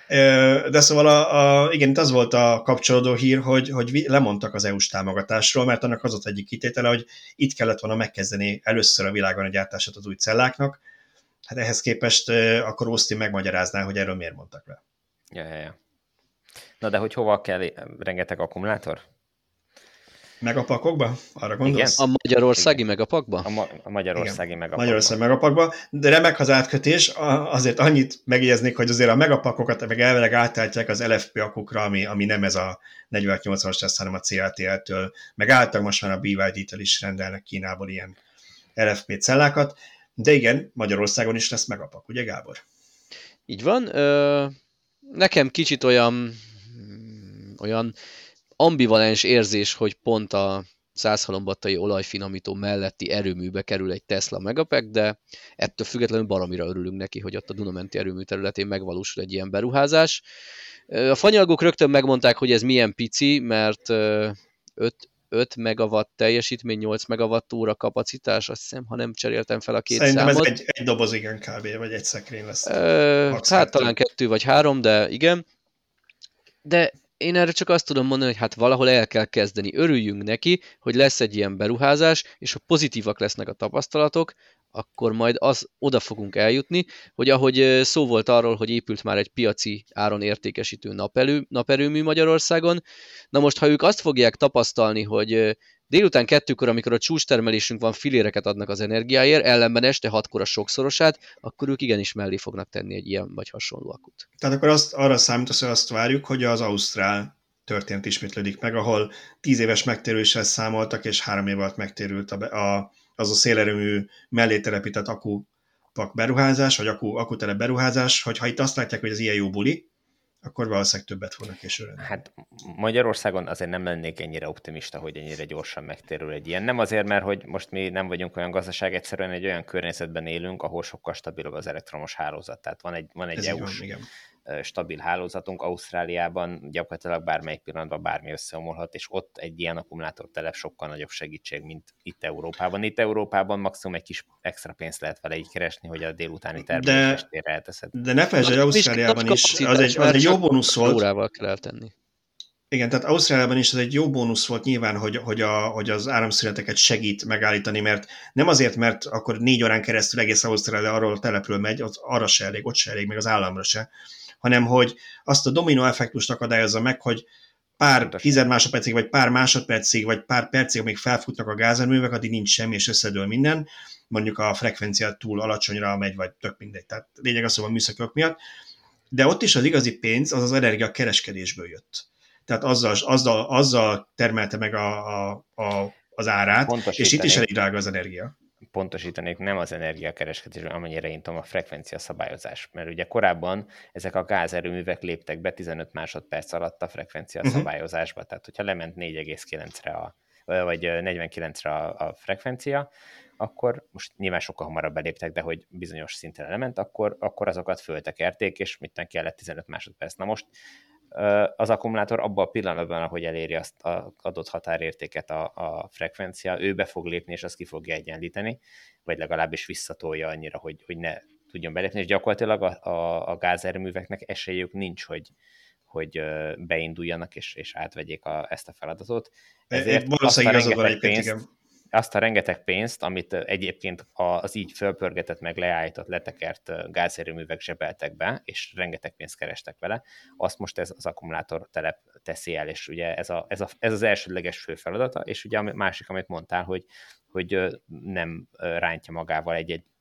De szóval igen, itt az volt a kapcsolódó hír, hogy lemondtak az EU-s támogatásról, mert annak az volt egyik kitétele, hogy itt kellett volna megkezdeni először a világon a gyártását az új celláknak. Hát ehhez képest akkor Austin megmagyarázná, hogy erről miért mondtak le. Ja. Na de hogy hova kell rengeteg akkumulátor? Megapakokba? Arra gondolsz? Igen? A magyarországi megapakba? A magyarországi megapakba. Magyarországi megapakba, de remek az átkötés, azért annyit megjegyeznék, hogy azért a megapakokat meg elvileg átállítják az LFP akukra, ami nem ez a 4680-as lesz, hanem a CATL-től, meg általában most már a BYD-től is rendelnek Kínából ilyen LFP cellákat, de igen, Magyarországon is lesz megapak, ugye Gábor? Így van. Nekem kicsit olyan ambivalens érzés, hogy pont a 100 halombattai olajfinomító melletti erőműbe kerül egy Tesla Megapack, de ettől függetlenül baromira örülünk neki, hogy ott a Dunamenti erőmű területén megvalósul egy ilyen beruházás. A fanyalgók rögtön megmondták, hogy ez milyen pici, mert 5 megawatt teljesítmény, 8 megawatt-óra kapacitás, azt hiszem, ha nem cseréltem fel a két Szerintem számot. ez egy doboz, igen, kb. Vagy egy szekrény lesz. Hát talán 2 vagy 3, de igen. De én erre csak azt tudom mondani, hogy hát valahol el kell kezdeni. Örüljünk neki, hogy lesz egy ilyen beruházás, és ha pozitívak lesznek a tapasztalatok, akkor majd oda fogunk eljutni, hogy ahogy szó volt arról, hogy épült már egy piaci áron értékesítő naperőmű Magyarországon, na most, ha ők azt fogják tapasztalni, hogy délután 2-kor, amikor a csúcstermelésünk van, filéreket adnak az energiáért, ellenben este 6-kor a sokszorosát, akkor ők igenis mellé fognak tenni egy ilyen vagy hasonló akut. Tehát akkor arra számítasz, hogy azt várjuk, hogy az ausztrál történet ismétlődik meg, ahol 10 éves megtérüléssel számoltak, és 3 év alatt megtérült az a szélerőmű mellé telepített akupak beruházás, vagy akutelep beruházás, hogyha itt azt látják, hogy ez ilyen jó buli, akkor valószínűleg többet fognak később. Hát Magyarországon azért nem lennék ennyire optimista, hogy ennyire gyorsan megtérül egy ilyen. Nem azért, mert hogy most mi nem vagyunk olyan gazdaság, egyszerűen egy olyan környezetben élünk, ahol sokkal stabilabb az elektromos hálózat. Tehát van egy EU-s stabil hálózatunk. Ausztráliában gyakorlatilag bármelyik pillanatban bármi összeomolhat, és ott egy ilyen akkumulátortelep sokkal nagyobb segítség, mint itt Európában. Itt Európában maximum egy kis extra pénzt lehet vele így keresni, hogy a délutáni termelésestére elteszed. De ne felejtsd, hogy Ausztráliában is az egy jó bónusz volt. Órával kell eltenni. Igen, tehát Ausztráliában is ez egy jó bónusz volt nyilván, hogy az áramszüneteket segít megállítani, mert nem azért, mert akkor 4 órán keresztül egész Ausztrália arról a telepről megy, arra se elég, ott se elég, meg az államra se, hanem hogy azt a dominó effektust akadályozza meg, hogy pár 10 másodpercig, vagy pár másodpercig, vagy pár percig, amíg felfutnak a gázerőművek, addig nincs semmi, és összedől minden, mondjuk a frekvencia túl alacsonyra megy, vagy tök mindegy. Tehát lényeg az, hogy a műszakok miatt. De ott is az igazi pénz az energia kereskedésből jött. Tehát azzal termelte meg az árát, és itt is elég drága az energia. Pontosítanék, nem az energiakereskedés, amennyire én tudom, a frekvencia szabályozás. Mert ugye korábban ezek a gázerőművek léptek be 15 másodperc alatt a frekvencia szabályozásba. Tehát, hogyha lement 4,9-re vagy 49-re a frekvencia, akkor most nyilván sokkal hamarabb beléptek, de hogy bizonyos szinten lement, akkor azokat föltekerték, és mitten kellett 15 másodperc. Na most az akkumulátor abban a pillanatban, ahogy eléri azt az adott határértéket a frekvencia, ő be fog lépni, és azt ki fogja egyenlíteni, vagy legalábbis visszatolja annyira, hogy ne tudjon belépni, és gyakorlatilag a gázerőműveknek esélyük nincs, hogy beinduljanak, és átvegyék ezt a feladatot. Ezért azt a rengeteg pénzt, amit egyébként az így fölpörgetett, meg leállított, letekert gázerőművek zsebeltek be, és rengeteg pénzt kerestek vele, azt most ez az akkumulátortelep teszi el, és ugye ez az elsődleges fő feladata, és ugye a másik, amit mondtál, hogy nem rántja magával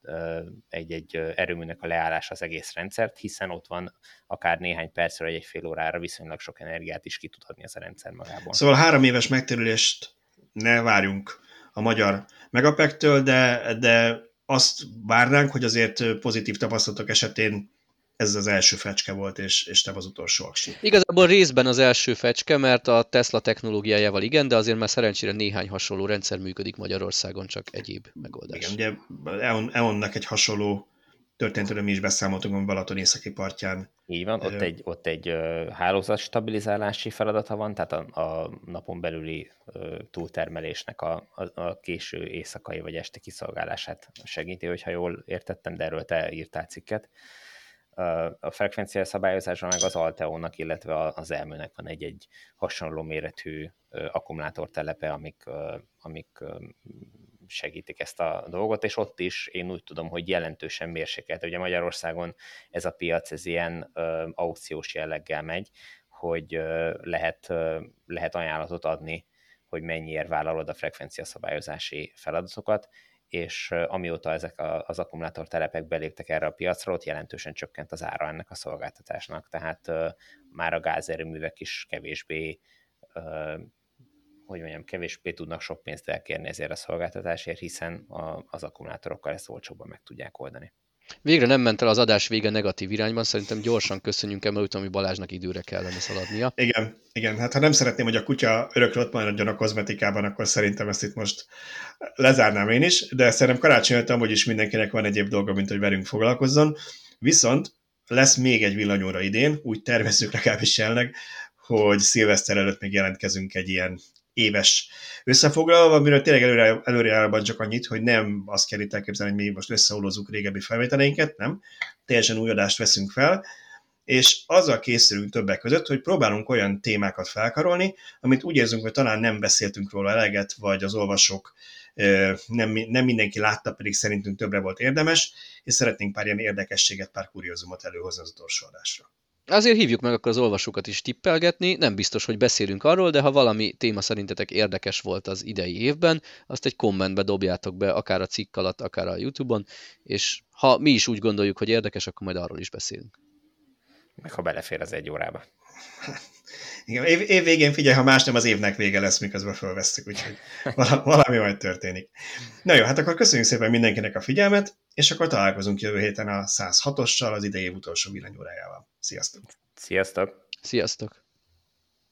egy erőműnek a leállása az egész rendszert, hiszen ott van akár néhány percre, vagy egy fél órára viszonylag sok energiát is ki tud adni ez a rendszer magából. Szóval 3 éves megtérülést ne várjunk a magyar Megapack-től, de azt várnánk, hogy azért pozitív tapasztalatok esetén ez az első fecske volt, és nem az utolsó aksi. Igazából részben az első fecske, mert a Tesla technológiájával igen, de azért már szerencsére néhány hasonló rendszer működik Magyarországon, csak egyéb megoldás. Igen, ugye EON-nak egy hasonló történetről mi is beszámoltunk a Balaton északi partján. Így van, ott egy hálózatstabilizálási feladata van, tehát a napon belüli túltermelésnek a késő éjszakai vagy esti kiszolgálását segíti, hogyha jól értettem, de erről te írtál cikket. A frekvencia szabályozásra meg az Alteo-nak, illetve az Elmőnek van egy hasonló méretű akkumulátortelepe, amik segítik ezt a dolgot, és ott is én úgy tudom, hogy jelentősen mérsékelt. Ugye Magyarországon ez a piac, ez ilyen aukciós jelleggel megy, hogy lehet ajánlatot adni, hogy mennyiért vállalod a frekvencia szabályozási feladatokat, és amióta ezek az akkumulátortelepek beléptek erre a piacra, ott jelentősen csökkent az ára ennek a szolgáltatásnak, tehát már a gázerőművek is kevésbé tudnak sok pénzt elkérni ezért a szolgáltatásért, hiszen az akkumulátorokkal ezt olcsóbban meg tudják oldani. Végre nem ment el az adás vége negatív irányban, szerintem gyorsan köszönjünk el, mert úgy, ami Balázsnak időre kellene szaladnia. Igen, hát ha nem szeretném, hogy a kutya örökre ott maradjon a kozmetikában, akkor szerintem ezt itt most lezárnám én is, de szerintem karácsony előtt amúgy is mindenkinek van egyéb dolga, mint hogy velünk foglalkozzon. Viszont lesz még egy villanyóra idén, úgy tervezzük legalábbis jelenleg, hogy szilveszter előtt még jelentkezünk egy ilyen éves összefoglalva, amiről tényleg előrejáróban csak annyit, hogy nem azt kell itt elképzelni, hogy mi most összeolózzuk régebbi felvételeinket, nem. Teljesen új adást veszünk fel, és azzal készülünk többek között, hogy próbálunk olyan témákat felkarolni, amit úgy érzünk, hogy talán nem beszéltünk róla eleget, vagy az olvasók nem mindenki látta, pedig szerintünk többre volt érdemes, és szeretnénk pár ilyen érdekességet, pár kuriózumot előhozni az utolsó adásra. Azért hívjuk meg akkor az olvasókat is tippelgetni, nem biztos, hogy beszélünk arról, de ha valami téma szerintetek érdekes volt az idei évben, azt egy kommentbe dobjátok be, akár a cikk alatt, akár a YouTube-on, és ha mi is úgy gondoljuk, hogy érdekes, akkor majd arról is beszélünk. Meg ha belefér az 1 órába. Igen, év végén figyelj, ha más nem, az évnek vége lesz, miközben fölvesztük, úgyhogy valami majd történik. Na jó, hát akkor köszönjük szépen mindenkinek a figyelmet, és akkor találkozunk jövő héten a 106-ossal, az idei év utolsó villanyórájával. Sziasztok! Sziasztok! Sziasztok!